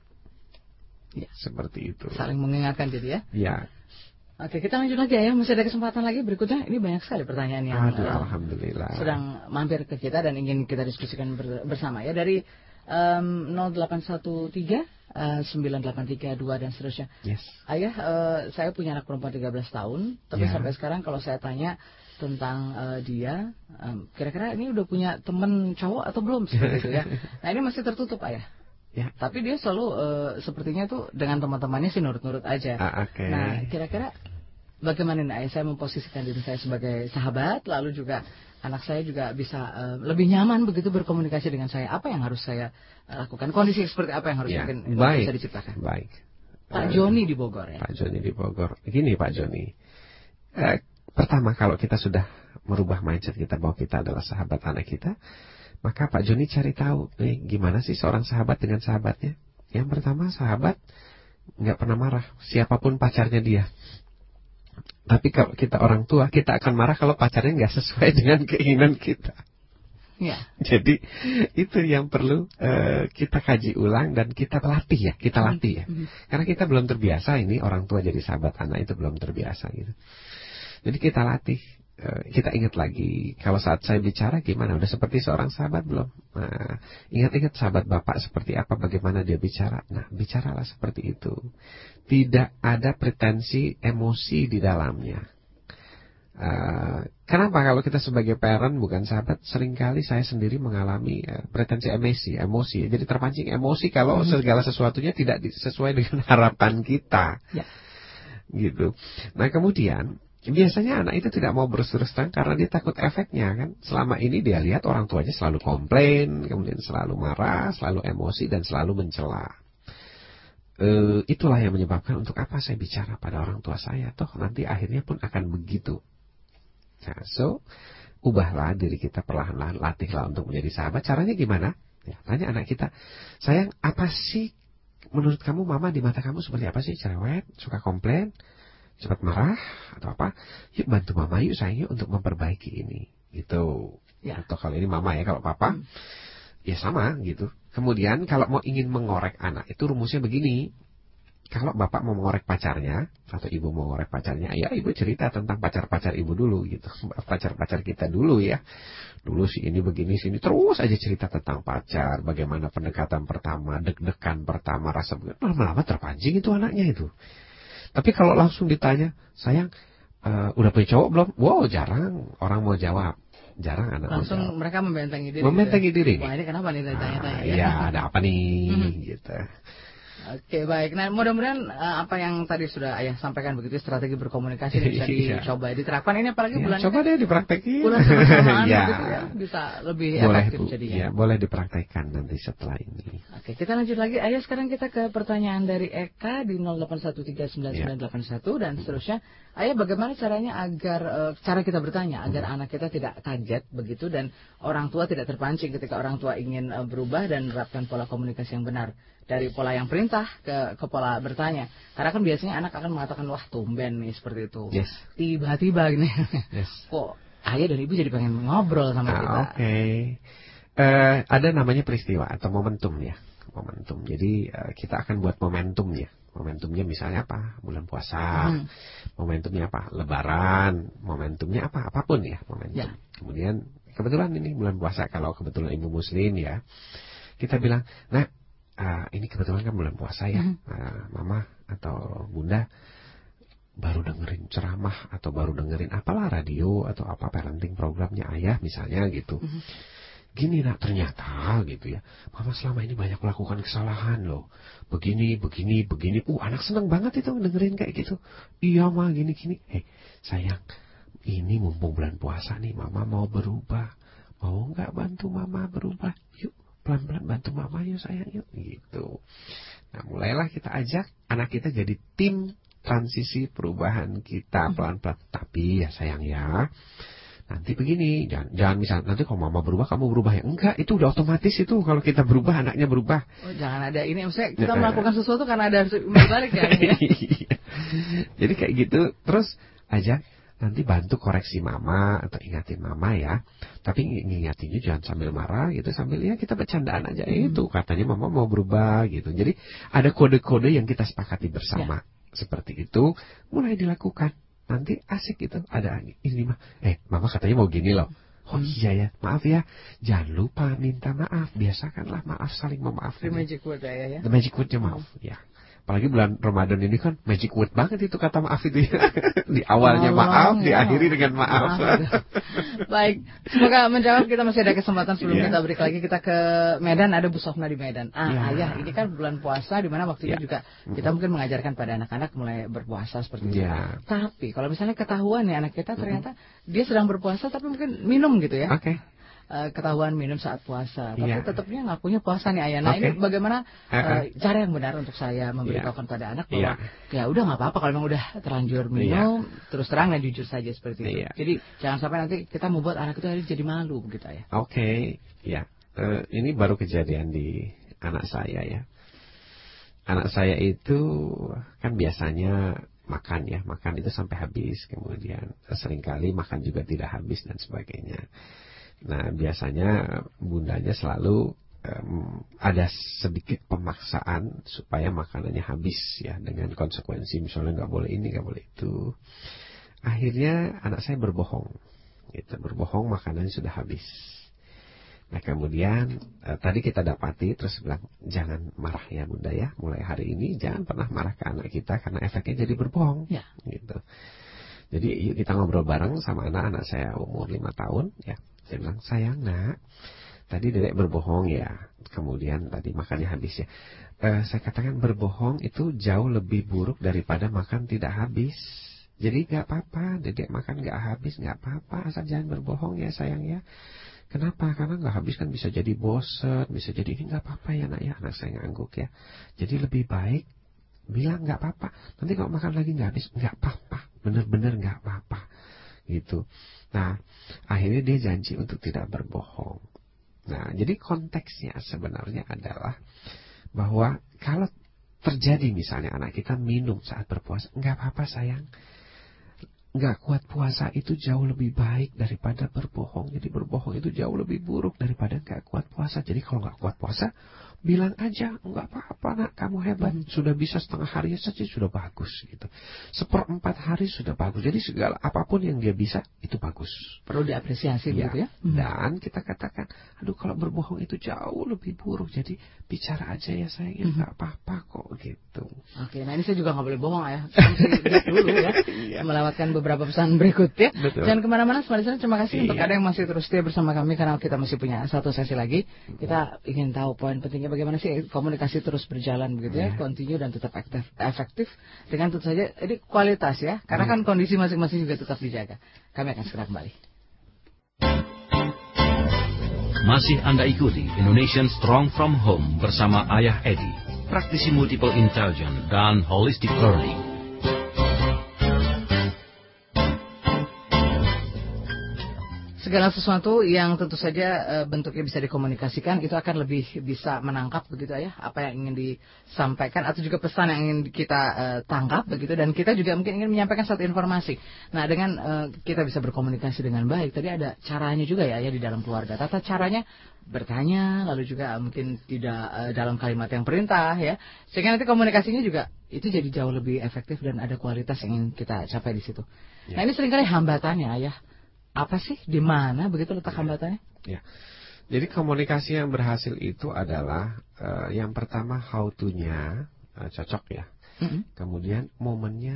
Ya, seperti itu. Saling mengingatkan gitu ya. Ya. Oke, kita lanjut lagi ya. Masih ada kesempatan lagi berikutnya. Ini banyak sekali pertanyaan yang Aduh, uh, alhamdulillah sedang mampir ke kita dan ingin kita diskusikan bersama ya. Dari um, nol delapan satu tiga sembilan delapan tiga dua dan seterusnya. Yes. Ayah, uh, saya punya anak perempuan tiga belas tahun, tapi yeah. sampai sekarang kalau saya tanya tentang uh, dia, um, kira-kira ini udah punya teman cowok atau belum seperti itu ya. Nah, ini masih tertutup, Ayah. Ya, tapi dia selalu uh, sepertinya tuh dengan teman-temannya sih nurut-nurut aja. Ah, okay. Nah, kira-kira bagaimana nih saya memposisikan diri saya sebagai sahabat, lalu juga anak saya juga bisa uh, lebih nyaman begitu berkomunikasi dengan saya. Apa yang harus saya uh, lakukan? Kondisi seperti apa yang harus ya, mungkin baik, bisa diciptakan? Baik. Pak Joni di Bogor ya. Pak Joni di Bogor. Gini Pak Joni. Eh, pertama kalau kita sudah merubah mindset kita bahwa kita adalah sahabat anak kita, maka Pak Joni cari tahu, nih gimana sih seorang sahabat dengan sahabatnya. Yang pertama, sahabat nggak pernah marah, siapapun pacarnya dia. Tapi kalau kita orang tua, kita akan marah kalau pacarnya nggak sesuai dengan keinginan kita. Ya. Jadi itu yang perlu uh, kita kaji ulang dan kita latih ya, kita latih ya. Karena kita belum terbiasa ini orang tua jadi sahabat anak itu belum terbiasa gitu. Jadi kita latih. Kita ingat lagi, kalau saat saya bicara gimana, udah seperti seorang sahabat belum? Nah, ingat-ingat sahabat bapak seperti apa, bagaimana dia bicara. Nah, bicaralah seperti itu. Tidak ada pretensi emosi di dalamnya. Uh, kenapa kalau kita sebagai parent bukan sahabat, seringkali saya sendiri mengalami uh, pretensi emosi, emosi. Jadi terpancing emosi kalau hmm. segala sesuatunya tidak sesuai dengan harapan kita. Ya. Gitu. Nah, kemudian biasanya anak itu tidak mau berterus terang karena dia takut efeknya kan. Selama ini dia lihat orang tuanya selalu komplain, kemudian selalu marah, selalu emosi dan selalu mencela. E, itulah yang menyebabkan untuk apa saya bicara pada orang tua saya. Toh nanti akhirnya pun akan begitu. Nah, so ubahlah diri kita perlahan-lahan, latihlah untuk menjadi sahabat. Caranya gimana? Ya, tanya anak kita, sayang apa sih menurut kamu mama di mata kamu seperti apa sih? Cerewet, suka komplain, cepat marah atau apa? Yuk bantu mama yuk sayang yuk untuk memperbaiki ini gitu. Ya. Atau kalau ini mama ya, kalau papa hmm. ya sama gitu. Kemudian kalau mau ingin mengorek anak itu rumusnya begini. Kalau bapak mau mengorek pacarnya atau ibu mau mengorek pacarnya, ya ibu cerita tentang pacar-pacar ibu dulu gitu. Pacar-pacar kita dulu ya. Dulu sih ini begini sini, terus aja cerita tentang pacar, bagaimana pendekatan pertama, deg-degan pertama, rasa begitu. Lama-lama terpancing itu anaknya itu. Tapi kalau langsung ditanya, sayang, uh, udah punya cowok belum? Wow, jarang orang mau jawab. Jarang anak langsung mau jawab. Mereka membentengi diri. Membentengi diri. Wah, ini kenapa nih tanya-tanya? Ah, ya, ada apa nih? Gitu. Oke, baik. Nah, mudah-mudahan uh, apa yang tadi sudah Ayah sampaikan begitu, strategi berkomunikasi bisa dicoba diterapkan. Ini apalagi ya, bulan coba deh dipraktekin. Bulan kebersamaan ya. gitu ya, bisa lebih boleh, efektif jadinya. Ya, boleh dipraktekkan nanti setelah ini. Oke, kita lanjut lagi. Ayah, sekarang kita ke pertanyaan dari Eka di nol delapan satu tiga sembilan sembilan delapan satu dan seterusnya. Ayah, bagaimana caranya agar uh, cara kita bertanya agar hmm. anak kita tidak kaget begitu dan orang tua tidak terpancing ketika orang tua ingin uh, berubah dan menerapkan pola komunikasi yang benar dari pola yang perintah ke ke pola bertanya. Karena kan biasanya anak akan mengatakan, wah tumben nih seperti itu. Yes. Tiba-tiba gini. Yes. Kok ayah dan ibu jadi pengen ngobrol sama ah, kita. Oke. Okay. Uh, ada namanya peristiwa atau momentum ya. Momentum. Jadi uh, kita akan buat momentumnya. Momentumnya misalnya apa? Bulan puasa. Hmm. Momentumnya apa? Lebaran. Momentumnya apa? Apapun ya momentum. Ya. Kemudian kebetulan ini bulan puasa, kalau kebetulan ibu muslim ya, kita bilang, nah uh, ini kebetulan kan bulan puasa ya, hmm. uh, mama atau bunda, baru dengerin ceramah atau baru dengerin apalah radio atau apa parenting programnya ayah misalnya gitu. Mm-hmm. Gini nak, ternyata gitu ya, mama selama ini banyak melakukan kesalahan loh. Begini, begini, begini. Uh, anak senang banget itu dengerin kayak gitu. Iya mah, gini, gini. Hei, sayang, ini mumpung bulan puasa nih, mama mau berubah. Mau nggak bantu mama berubah? Yuk, pelan-pelan bantu mama yuk sayang, yuk. Gitu. Nah, mulailah kita ajak anak kita jadi tim transisi perubahan kita pelan-pelan. Tapi ya sayang ya, nanti begini, jangan, jangan misal nanti kalau mama berubah kamu berubah ya. Enggak, itu udah otomatis itu kalau kita berubah anaknya berubah. Oh, jangan ada ini, maksudnya kita melakukan sesuatu karena ada balik ya. Ya? Jadi kayak gitu, terus aja nanti bantu koreksi mama atau ingatin mama ya. Tapi ngingatinnya jangan sambil marah gitu, sambil ya kita bercandaan aja. Hmm. Itu katanya mama mau berubah gitu. Jadi ada kode-kode yang kita sepakati bersama. Ya. Seperti itu mulai dilakukan. Nanti asik gitu. Ada ini mah. Eh, mama katanya mau gini loh. Oh iya ya, maaf ya. Jangan lupa minta maaf. Biasakanlah maaf, saling memaafkan. The magic word ya, ya. The magic wordnya maaf. Hmm. Ya. Apalagi bulan Ramadan ini kan magic word banget itu kata maaf itu ya. Di awalnya Tolong, maaf, ya. diakhiri dengan maaf. maaf Baik, semoga menjawab. Kita masih ada kesempatan sebelum yeah. kita break lagi. Kita ke Medan, ada Bu Sofna di Medan. Ah, yeah. ayah, ini kan bulan puasa di mana waktunya yeah. juga kita mungkin mengajarkan pada anak-anak mulai berpuasa seperti itu. Yeah. Tapi kalau misalnya ketahuan ya anak kita ternyata mm-hmm. dia sedang berpuasa tapi mungkin minum gitu ya. Oke. Okay. Uh, ketahuan minum saat puasa, tapi yeah. tetapnya nggak punya puasa nih ayah. Nah okay. ini bagaimana uh, cara yang benar untuk saya memberitahukan yeah. pada anak bahwa yeah. ya udah nggak apa-apa kalau memang udah terlanjur minum, yeah. terus terang dan jujur saja seperti itu. Yeah. Jadi jangan sampai nanti kita membuat anak itu jadi malu begitu ya. Oke, okay. ya uh, ini baru kejadian di anak saya ya. Anak saya itu kan biasanya makan ya, makan itu sampai habis, kemudian seringkali makan juga tidak habis dan sebagainya. Nah, biasanya bundanya selalu um, ada sedikit pemaksaan supaya makanannya habis ya, dengan konsekuensi misalnya nggak boleh ini, nggak boleh itu. Akhirnya anak saya berbohong, gitu, berbohong makanannya sudah habis. Nah, kemudian uh, tadi kita dapati terus bilang jangan marah ya bunda ya, mulai hari ini jangan pernah marah ke anak kita karena efeknya jadi berbohong, ya. Gitu. Jadi yuk kita ngobrol bareng sama anak-anak saya umur lima tahun ya. Saya bilang, sayang nak, tadi dedek berbohong ya, kemudian tadi makannya habis ya. E, saya katakan berbohong itu jauh lebih buruk daripada makan tidak habis. Jadi gak apa-apa, dedek makan gak habis gak apa-apa, asal jangan berbohong ya sayang ya. Kenapa? Karena gak habis kan bisa jadi bosen, bisa jadi ini gak apa-apa ya nak ya, anak saya ngangguk ya. Jadi lebih baik bilang gak apa-apa, nanti kalau makan lagi gak habis, gak apa-apa, bener-bener gak apa-apa. Gitu. Nah, akhirnya dia janji untuk tidak berbohong. Nah, jadi konteksnya sebenarnya adalah bahwa kalau terjadi misalnya anak kita minum saat berpuasa, enggak apa-apa sayang. Enggak kuat puasa itu jauh lebih baik daripada berbohong. Jadi berbohong itu jauh lebih buruk daripada enggak kuat puasa. Jadi kalau enggak kuat puasa, bilang aja, enggak apa-apa nak, kamu hebat. Hmm. Sudah bisa setengah hari saja sudah bagus gitu. Seperempat hari sudah bagus. Jadi segala apapun yang dia bisa itu bagus. Perlu diapresiasi ya, gitu ya. Hmm. Dan kita katakan, aduh kalau berbohong itu jauh lebih buruk. Jadi bicara aja ya sayang, hmm. enggak apa-apa kok gitu. Oke, nah ini saya juga nggak boleh bohong ya. Sampai dulu ya. Iya. Melewatkan beberapa pesan berikut ya. Betul. Jangan kemana-mana, Smart Listener. Terima kasih iya. untuk ada yang masih terus setia bersama kami karena kita masih punya satu sesi lagi. Kita ingin tahu poin pentingnya bagaimana sih komunikasi terus berjalan begitu ya, yeah. continue dan tetap aktif, efektif dengan tentu saja ini kualitas ya, karena yeah. kan kondisi masing-masing juga tetap dijaga. Kami akan segera kembali. Masih Anda ikuti Indonesian Strong from Home bersama Ayah Edi, praktisi multiple intelligence dan holistic learning. Segala sesuatu yang tentu saja e, bentuknya bisa dikomunikasikan itu akan lebih bisa menangkap begitu ya apa yang ingin disampaikan atau juga pesan yang ingin kita e, tangkap begitu, dan kita juga mungkin ingin menyampaikan satu informasi. Nah dengan e, kita bisa berkomunikasi dengan baik, tadi ada caranya juga ya ya di dalam keluarga. Tata caranya bertanya, lalu juga mungkin tidak e, dalam kalimat yang perintah ya, sehingga nanti komunikasinya juga itu jadi jauh lebih efektif dan ada kualitas yang ingin kita capai di situ. Ya. Nah ini seringkali hambatannya ayah. Apa sih? Di mana begitu letak hambatannya? Ya. Jadi komunikasi yang berhasil itu adalah uh, yang pertama how to-nya uh, cocok ya. Mm-hmm. Kemudian momennya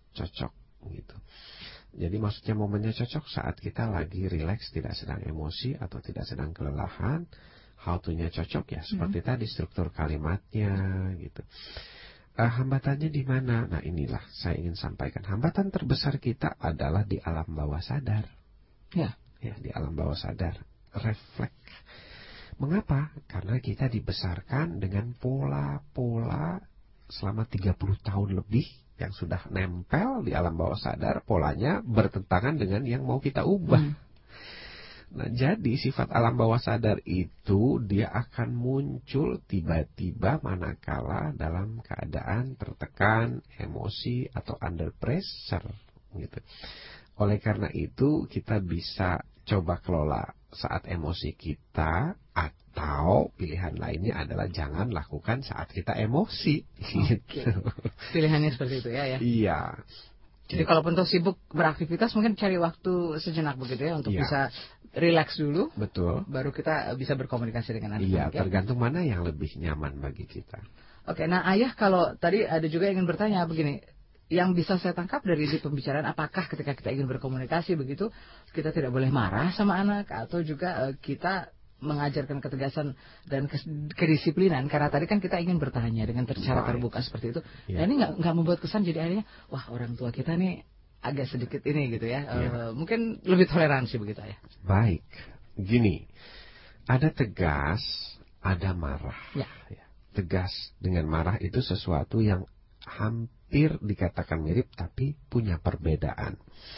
cocok gitu. Jadi maksudnya momennya cocok saat kita lagi rileks, tidak sedang emosi atau tidak sedang kelelahan. How to-nya cocok ya seperti mm-hmm. tadi struktur kalimatnya gitu. Uh, hambatannya di mana? Nah inilah saya ingin sampaikan. Hambatan terbesar kita adalah di alam bawah sadar. Ya, ya di alam bawah sadar. Refleks. Mengapa? Karena kita dibesarkan dengan pola-pola selama tiga puluh tahun lebih yang sudah nempel di alam bawah sadar. Polanya bertentangan dengan yang mau kita ubah. Hmm. Nah, jadi sifat alam bawah sadar itu dia akan muncul tiba-tiba manakala dalam keadaan tertekan, emosi atau under pressure gitu. Oleh karena itu kita bisa coba kelola saat emosi kita, atau pilihan lainnya adalah jangan lakukan saat kita emosi. Okay. Gitu. Pilihannya seperti itu ya ya. Iya. Jadi kalau untuk sibuk beraktivitas mungkin cari waktu sejenak begitu ya untuk iya. bisa rileks dulu. Betul. Baru kita bisa berkomunikasi dengan anak. Iya, ya? tergantung mana yang lebih nyaman bagi kita. Oke, nah ayah kalau tadi ada juga yang ingin bertanya begini, yang bisa saya tangkap dari di pembicaraan apakah ketika kita ingin berkomunikasi begitu kita tidak boleh marah sama anak atau juga uh, kita mengajarkan ketegasan dan kedisiplinan karena tadi kan kita ingin bertanya dengan secara terbuka seperti itu. Ya. Nah ini nggak nggak membuat kesan jadi akhirnya wah orang tua kita nih agak sedikit ini gitu ya, ya. Uh, mungkin lebih toleransi begitu ya. Baik, gini, ada tegas, ada marah. Ya. Ya. Tegas dengan marah itu sesuatu yang hampir dikatakan mirip tapi punya perbedaan.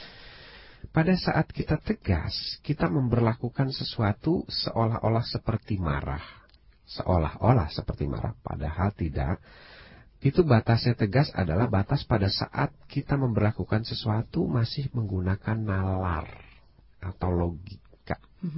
Pada saat kita tegas, kita memberlakukan sesuatu seolah-olah seperti marah. Seolah-olah seperti marah, padahal tidak. Itu batasnya tegas adalah batas pada saat kita memberlakukan sesuatu masih menggunakan nalar atau logika.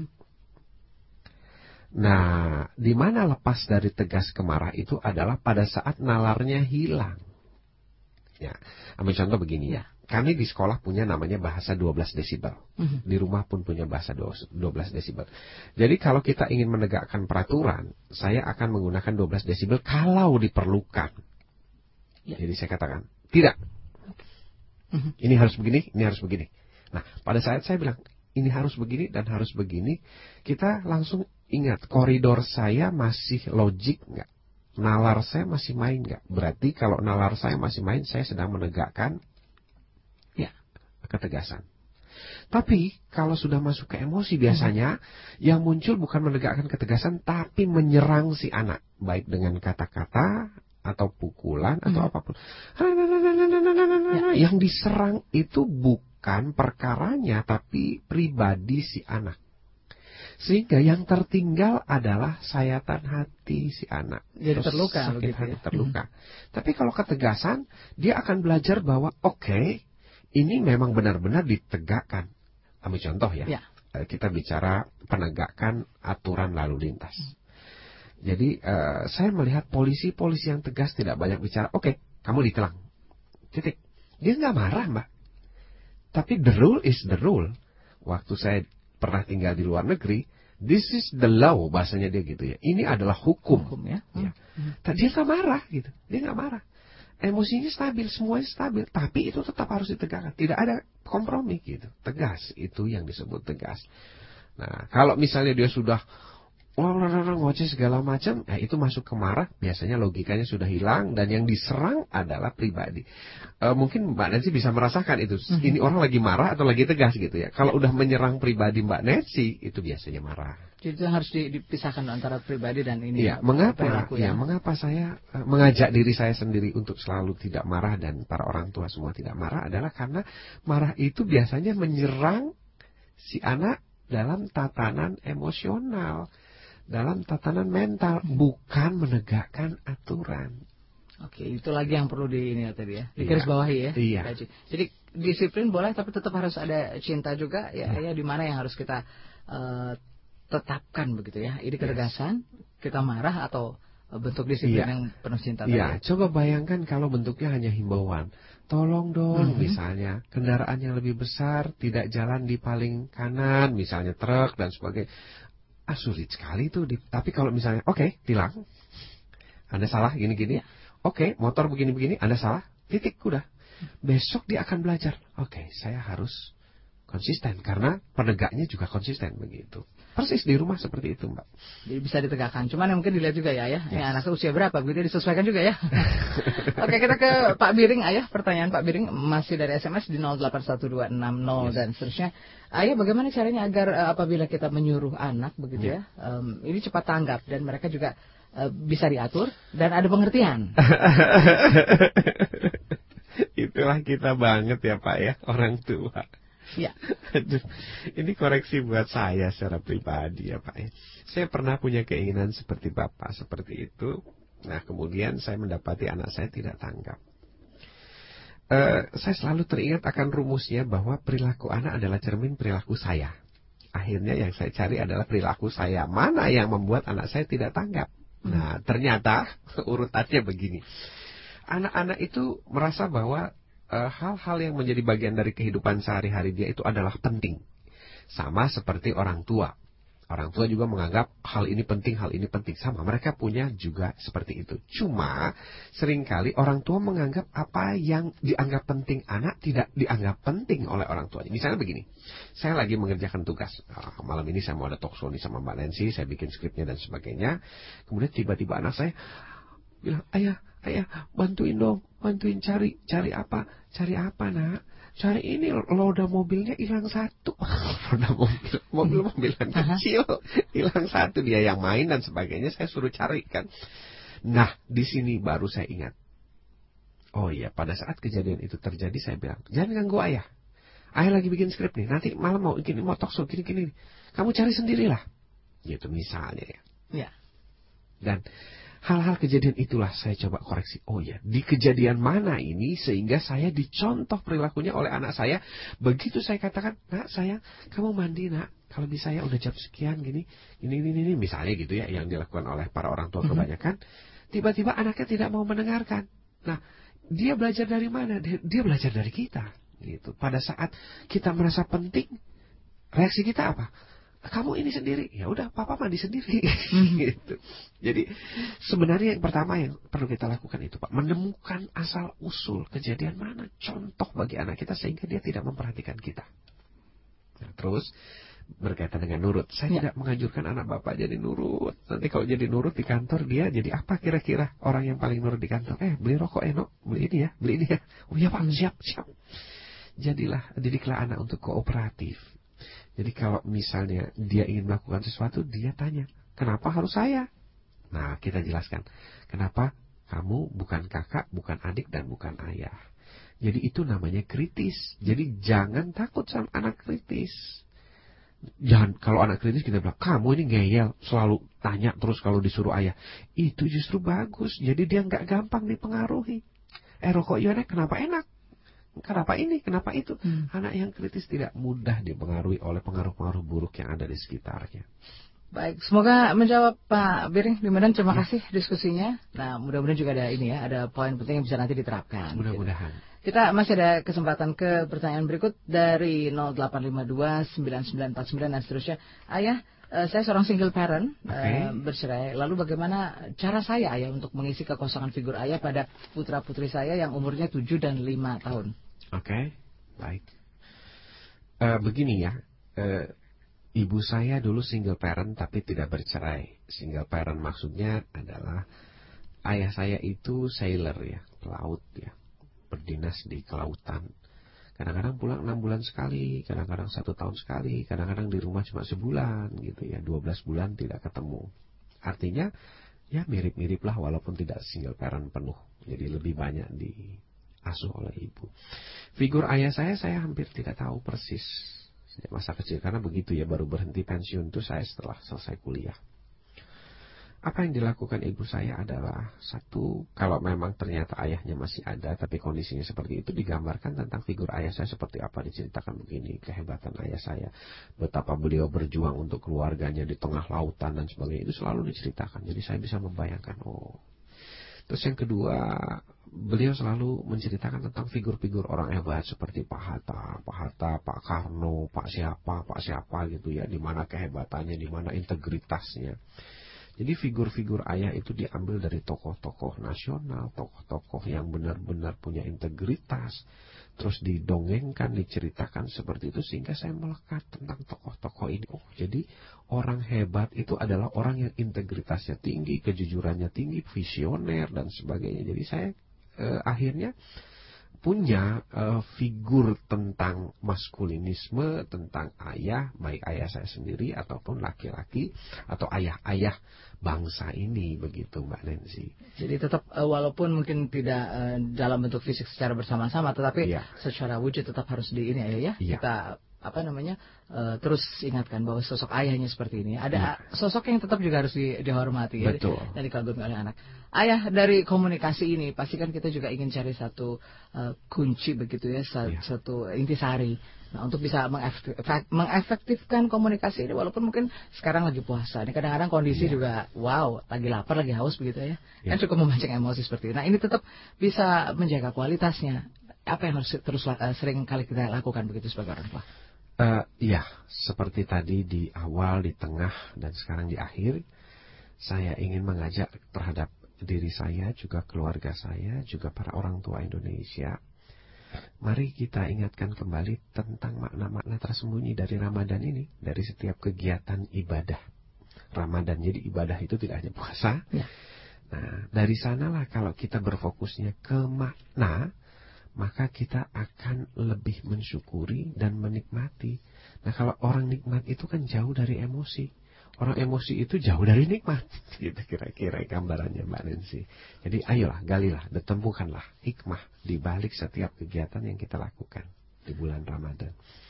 Nah, di mana lepas dari tegas ke marah itu adalah pada saat nalarnya hilang. Ya, ambil contoh begini ya. Kami di sekolah punya namanya bahasa dua belas desibel. Mm-hmm. Di rumah pun punya bahasa dua belas desibel. Jadi kalau kita ingin menegakkan peraturan, saya akan menggunakan dua belas desibel kalau diperlukan. Ya. Jadi saya katakan, tidak. Mm-hmm. Ini harus begini, ini harus begini. Nah, pada saat saya bilang, ini harus begini dan harus begini, kita langsung ingat, koridor saya masih logik nggak? Nalar saya masih main nggak? Berarti kalau nalar saya masih main, saya sedang menegakkan ketegasan. Tapi kalau sudah masuk ke emosi biasanya hmm. yang muncul bukan menegakkan ketegasan tapi menyerang si anak, baik dengan kata-kata atau pukulan hmm. atau apapun. Ya. Yang diserang itu bukan perkaranya tapi pribadi si anak. Sehingga yang tertinggal adalah sayatan hati si anak. Jadi terluka, sakit begitu, hati ya? terluka. Hmm. Tapi kalau ketegasan dia akan belajar bahwa oke, okay, ini memang benar-benar ditegakkan. Ambil contoh ya, ya. Kita bicara penegakan aturan lalu lintas. Jadi uh, saya melihat polisi-polisi yang tegas tidak banyak bicara. Oke, okay, kamu ditilang. Titik. Dia nggak marah, Mbak. Tapi the rule is the rule. Waktu saya pernah tinggal di luar negeri, this is the law, bahasanya dia gitu ya. Ini adalah hukum. Hukum ya. ya. Hmm. Dia nggak marah gitu. Dia nggak marah. Emosinya stabil, semuanya stabil, tapi itu tetap harus ditegakkan. Tidak ada kompromi gitu. Tegas, itu yang disebut tegas. Nah, kalau misalnya dia sudah ngoceh segala macam, ya itu masuk ke marah, biasanya logikanya sudah hilang dan yang diserang adalah pribadi. E, mungkin Mbak Nancy bisa merasakan itu. Mm-hmm. Ini orang lagi marah atau lagi tegas gitu ya. Kalau ya. Udah menyerang pribadi Mbak Nancy, itu biasanya marah. Jadi itu harus dipisahkan antara pribadi dan ini. Ya, mengapa? Perilaku, ya, ya, mengapa saya uh, mengajak diri saya sendiri untuk selalu tidak marah dan para orang tua semua tidak marah adalah karena marah itu biasanya menyerang si anak dalam tatanan emosional, dalam tatanan mental, bukan menegakkan aturan. Oke, itu lagi yang perlu di ini ya tadi ya, digarisbawahi ya. Iya. Jadi disiplin boleh, tapi tetap harus ada cinta juga ya, ya, ya di mana yang harus kita uh, tetapkan begitu ya. Ini ketegasan, yes. Kita marah atau bentuk disiplin ya. Yang penuh cinta. Iya, ya. Coba bayangkan kalau bentuknya hanya himbauan. Tolong dong, mm-hmm. misalnya kendaraan yang lebih besar tidak jalan di paling kanan, misalnya truk dan sebagainya. Ah, sulit sekali itu. Tapi kalau misalnya, oke, okay, tilang. Anda salah gini-gini. Ya. Oke, okay, motor begini-begini, Anda salah. Titik, udah. Besok dia akan belajar. Oke, saya harus konsisten karena penegaknya juga konsisten begitu. Persis di rumah seperti itu, Mbak. Jadi bisa ditegakkan. Cuman yang mungkin dilihat juga ya, ya. Yes. Ya, anaknya usia berapa, begitu disesuaikan juga ya. Oke, kita ke Pak Biring, Ayah. Pertanyaan Pak Biring masih dari S M S di nol delapan satu dua enam nol yes. dan seterusnya. Ayah, bagaimana caranya agar uh, apabila kita menyuruh anak begitu yeah. ya, um, ini cepat tanggap dan mereka juga uh, bisa diatur dan ada pengertian. Itulah kita banget ya Pak ya, orang tua. Ya. Aduh, ini koreksi buat saya secara pribadi ya Pak ya. Saya pernah punya keinginan seperti Bapak seperti itu. Nah kemudian saya mendapati anak saya tidak tanggap. Uh, saya selalu teringat akan rumusnya bahwa perilaku anak adalah cermin perilaku saya. Akhirnya yang saya cari adalah perilaku saya. Mana yang membuat anak saya tidak tanggap? Nah ternyata urutannya begini. Anak-anak itu merasa bahwa hal-hal uh, yang menjadi bagian dari kehidupan sehari-hari dia itu adalah penting. Sama seperti orang tua. Orang tua juga menganggap hal ini penting, hal ini penting. Sama, mereka punya juga seperti itu. Cuma, seringkali orang tua menganggap apa yang dianggap penting anak tidak dianggap penting oleh orang tuanya. Misalnya begini, saya lagi mengerjakan tugas. Nah, malam ini saya mau ada talk show nih sama Mbak Nancy, saya bikin skripnya dan sebagainya. Kemudian tiba-tiba anak saya bilang, ayah, ayah, bantuin dong, bantuin cari, cari apa, cari apa nak? Cari ini, roda mobilnya hilang satu. Roda mobil, mobil-mobilan kecil hilang satu, dia yang main dan sebagainya, saya suruh cari kan. Nah, di sini baru saya ingat. Oh iya, pada saat kejadian itu terjadi saya bilang, jangan ganggu ayah. Ayah lagi bikin skrip nih, nanti malam mau gini, mau talk show gini-gini. Kamu cari sendirilah. Gitu misalnya ya. Ya. Dan hal-hal kejadian itulah saya coba koreksi. Oh ya, di kejadian mana ini sehingga saya dicontoh perilakunya oleh anak saya. Begitu saya katakan, nak sayang, kamu mandi nak. Kalau bisa ya udah jam sekian gini, ini, ini, ini. Misalnya gitu ya, yang dilakukan oleh para orang tua kebanyakan. Tiba-tiba anaknya tidak mau mendengarkan. Nah, dia belajar dari mana? Dia, dia belajar dari kita. Gitu. Pada saat kita merasa penting, reaksi kita apa? Kamu ini sendiri, ya udah papa mandi sendiri. Gitu. Jadi sebenarnya yang pertama yang perlu kita lakukan itu Pak, menemukan asal usul kejadian mana contoh bagi anak kita sehingga dia tidak memperhatikan kita. Nah, terus berkaitan dengan nurut, saya ya. tidak menganjurkan anak bapak jadi nurut. Nanti kalau jadi nurut di kantor dia jadi apa kira-kira orang yang paling nurut di kantor? Eh beli rokok eno, beli ini ya, beli ini ya. Oh ya Pak, siap siap. Jadilah didiklah anak untuk kooperatif. Jadi kalau misalnya dia ingin melakukan sesuatu, dia tanya, kenapa harus saya? Nah, kita jelaskan, kenapa kamu bukan kakak, bukan adik, dan bukan ayah. Jadi itu namanya kritis. Jadi jangan takut sama anak kritis. Jangan, kalau anak kritis kita bilang, kamu ini ngeyel, selalu tanya terus kalau disuruh ayah. Itu justru bagus, jadi dia nggak gampang dipengaruhi. Eh rokok Yonek, kenapa enak? Kenapa ini, kenapa itu? Hmm. Anak yang kritis tidak mudah dipengaruhi oleh pengaruh-pengaruh buruk yang ada di sekitarnya. Baik, semoga menjawab Pak Biring. Dimudahan, terima kasih diskusinya. Nah, mudah-mudahan juga ada ini ya, ada poin penting yang bisa nanti diterapkan. Mudah-mudahan. Gitu. Kita masih ada kesempatan ke pertanyaan berikut dari nol delapan lima dua sembilan sembilan empat sembilan dan seterusnya. Ayah, uh, saya seorang single parent, okay. uh, bercerai. Lalu bagaimana cara saya ayah untuk mengisi kekosongan figur ayah pada putra-putri saya yang umurnya tujuh dan lima tahun? Oke, okay, baik. Uh, begini ya, uh, ibu saya dulu single parent tapi tidak bercerai. Single parent maksudnya adalah ayah saya itu sailor ya, pelaut ya, berdinas di kelautan. Kadang-kadang pulang enam bulan sekali, kadang-kadang satu tahun sekali, kadang-kadang di rumah cuma sebulan gitu ya, dua belas bulan tidak ketemu. Artinya ya mirip-mirip lah walaupun tidak single parent penuh, jadi lebih banyak di asuh oleh ibu. Figur ayah saya, saya hampir tidak tahu persis sejak masa kecil. Karena begitu ya, baru berhenti pensiun itu saya setelah selesai kuliah. Apa yang dilakukan ibu saya adalah, satu, kalau memang ternyata ayahnya masih ada, tapi kondisinya seperti itu, digambarkan tentang figur ayah saya seperti apa, diceritakan begini, kehebatan ayah saya, betapa beliau berjuang untuk keluarganya di tengah lautan dan sebagainya, itu selalu diceritakan. Jadi saya bisa membayangkan, oh. Terus yang kedua, beliau selalu menceritakan tentang figur-figur orang hebat seperti Pak Hatta, Pak Hatta, Pak Karno, Pak siapa, Pak siapa gitu ya, di mana kehebatannya, di mana integritasnya. Jadi figur-figur ayah itu diambil dari tokoh-tokoh nasional, tokoh-tokoh yang benar-benar punya integritas, terus didongengkan, diceritakan seperti itu, sehingga saya melekat tentang tokoh-tokoh ini. Oh, jadi orang hebat itu adalah orang yang integritasnya tinggi, kejujurannya tinggi, visioner dan sebagainya. Jadi saya eh, akhirnya punya uh, figur tentang maskulinisme, tentang ayah, baik ayah saya sendiri ataupun laki-laki atau ayah-ayah bangsa ini, begitu Mbak Nancy. Jadi tetap uh, walaupun mungkin tidak uh, dalam bentuk fisik secara bersama-sama, tetapi ya, secara wujud tetap harus di ini ya, ya. ya. Kita apa namanya uh, terus ingatkan bahwa sosok ayahnya seperti ini. Ada ya. Sosok yang tetap juga harus di, dihormati ya, dan dikagumi oleh anak. Ayah, dari komunikasi ini pastikan kita juga ingin cari satu uh, kunci begitu ya, satu, ya. satu intisari. Nah, untuk bisa mengefektif, mengefektifkan komunikasi ini, walaupun mungkin sekarang lagi puasa. Ini kadang-kadang kondisi ya. juga wow, lagi lapar, lagi haus begitu ya. ya. Kan cukup memancing emosi seperti itu. Nah, ini tetap bisa menjaga kualitasnya. Apa yang harus terus uh, sering kali kita lakukan begitu sebagai orang tua? Uh, ya, seperti tadi di awal, di tengah, dan sekarang di akhir, saya ingin mengajak terhadap diri saya, juga keluarga saya, juga para orang tua Indonesia. Mari kita ingatkan kembali tentang makna-makna tersembunyi dari Ramadan ini, dari setiap kegiatan ibadah Ramadan. Jadi ibadah itu tidak hanya puasa. Ya. Nah, dari sanalah kalau kita berfokusnya ke makna, maka kita akan lebih mensyukuri dan menikmati. Nah, kalau orang nikmat itu kan jauh dari emosi. Orang emosi itu jauh dari nikmat. Gitu kira-kira gambarannya Mbak Nancy. Jadi ayolah, galilah, ditemukanlah hikmah di balik setiap kegiatan yang kita lakukan di bulan Ramadan.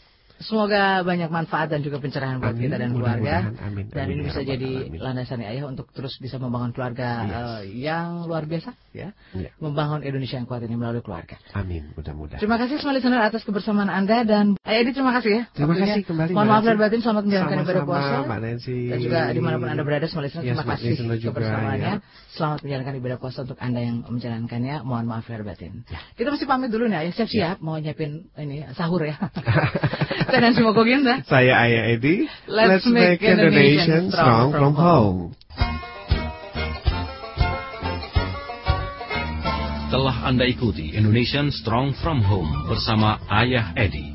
Semoga banyak manfaat dan juga pencerahan buat amin, kita dan keluarga. Amin, dan amin, ini bisa jadi amin. landasan ayah untuk terus bisa membangun keluarga yes. uh, yang luar biasa, ya, yeah. membangun Indonesia yang kuat ini melalui keluarga. Amin, mudah-mudahan. Terima kasih semua listener atas kebersamaan Anda, dan Ayah Edi terima kasih ya. Terima waktunya. kasih kembali. Mohon maaf lahir batin, selamat menjalankan Sama-sama, ibadah puasa. Mbak Nancy. Dan juga dimanapun Anda berada, semua listener, terima yes, kasih kebersamaannya. Ya. Selamat menjalankan ibadah puasa untuk Anda yang menjalankannya. Mohon maaf lahir batin. Ya. Kita mesti pamit dulu nih, Ayah. Siap-siap ya. mau nyiapin ini sahur ya. Saya Nancy Mokoginta. Saya Ayah Edi. Let's, Let's make, make Indonesia strong from home. Telah Anda ikuti Indonesian Strong from Home bersama Ayah Edi.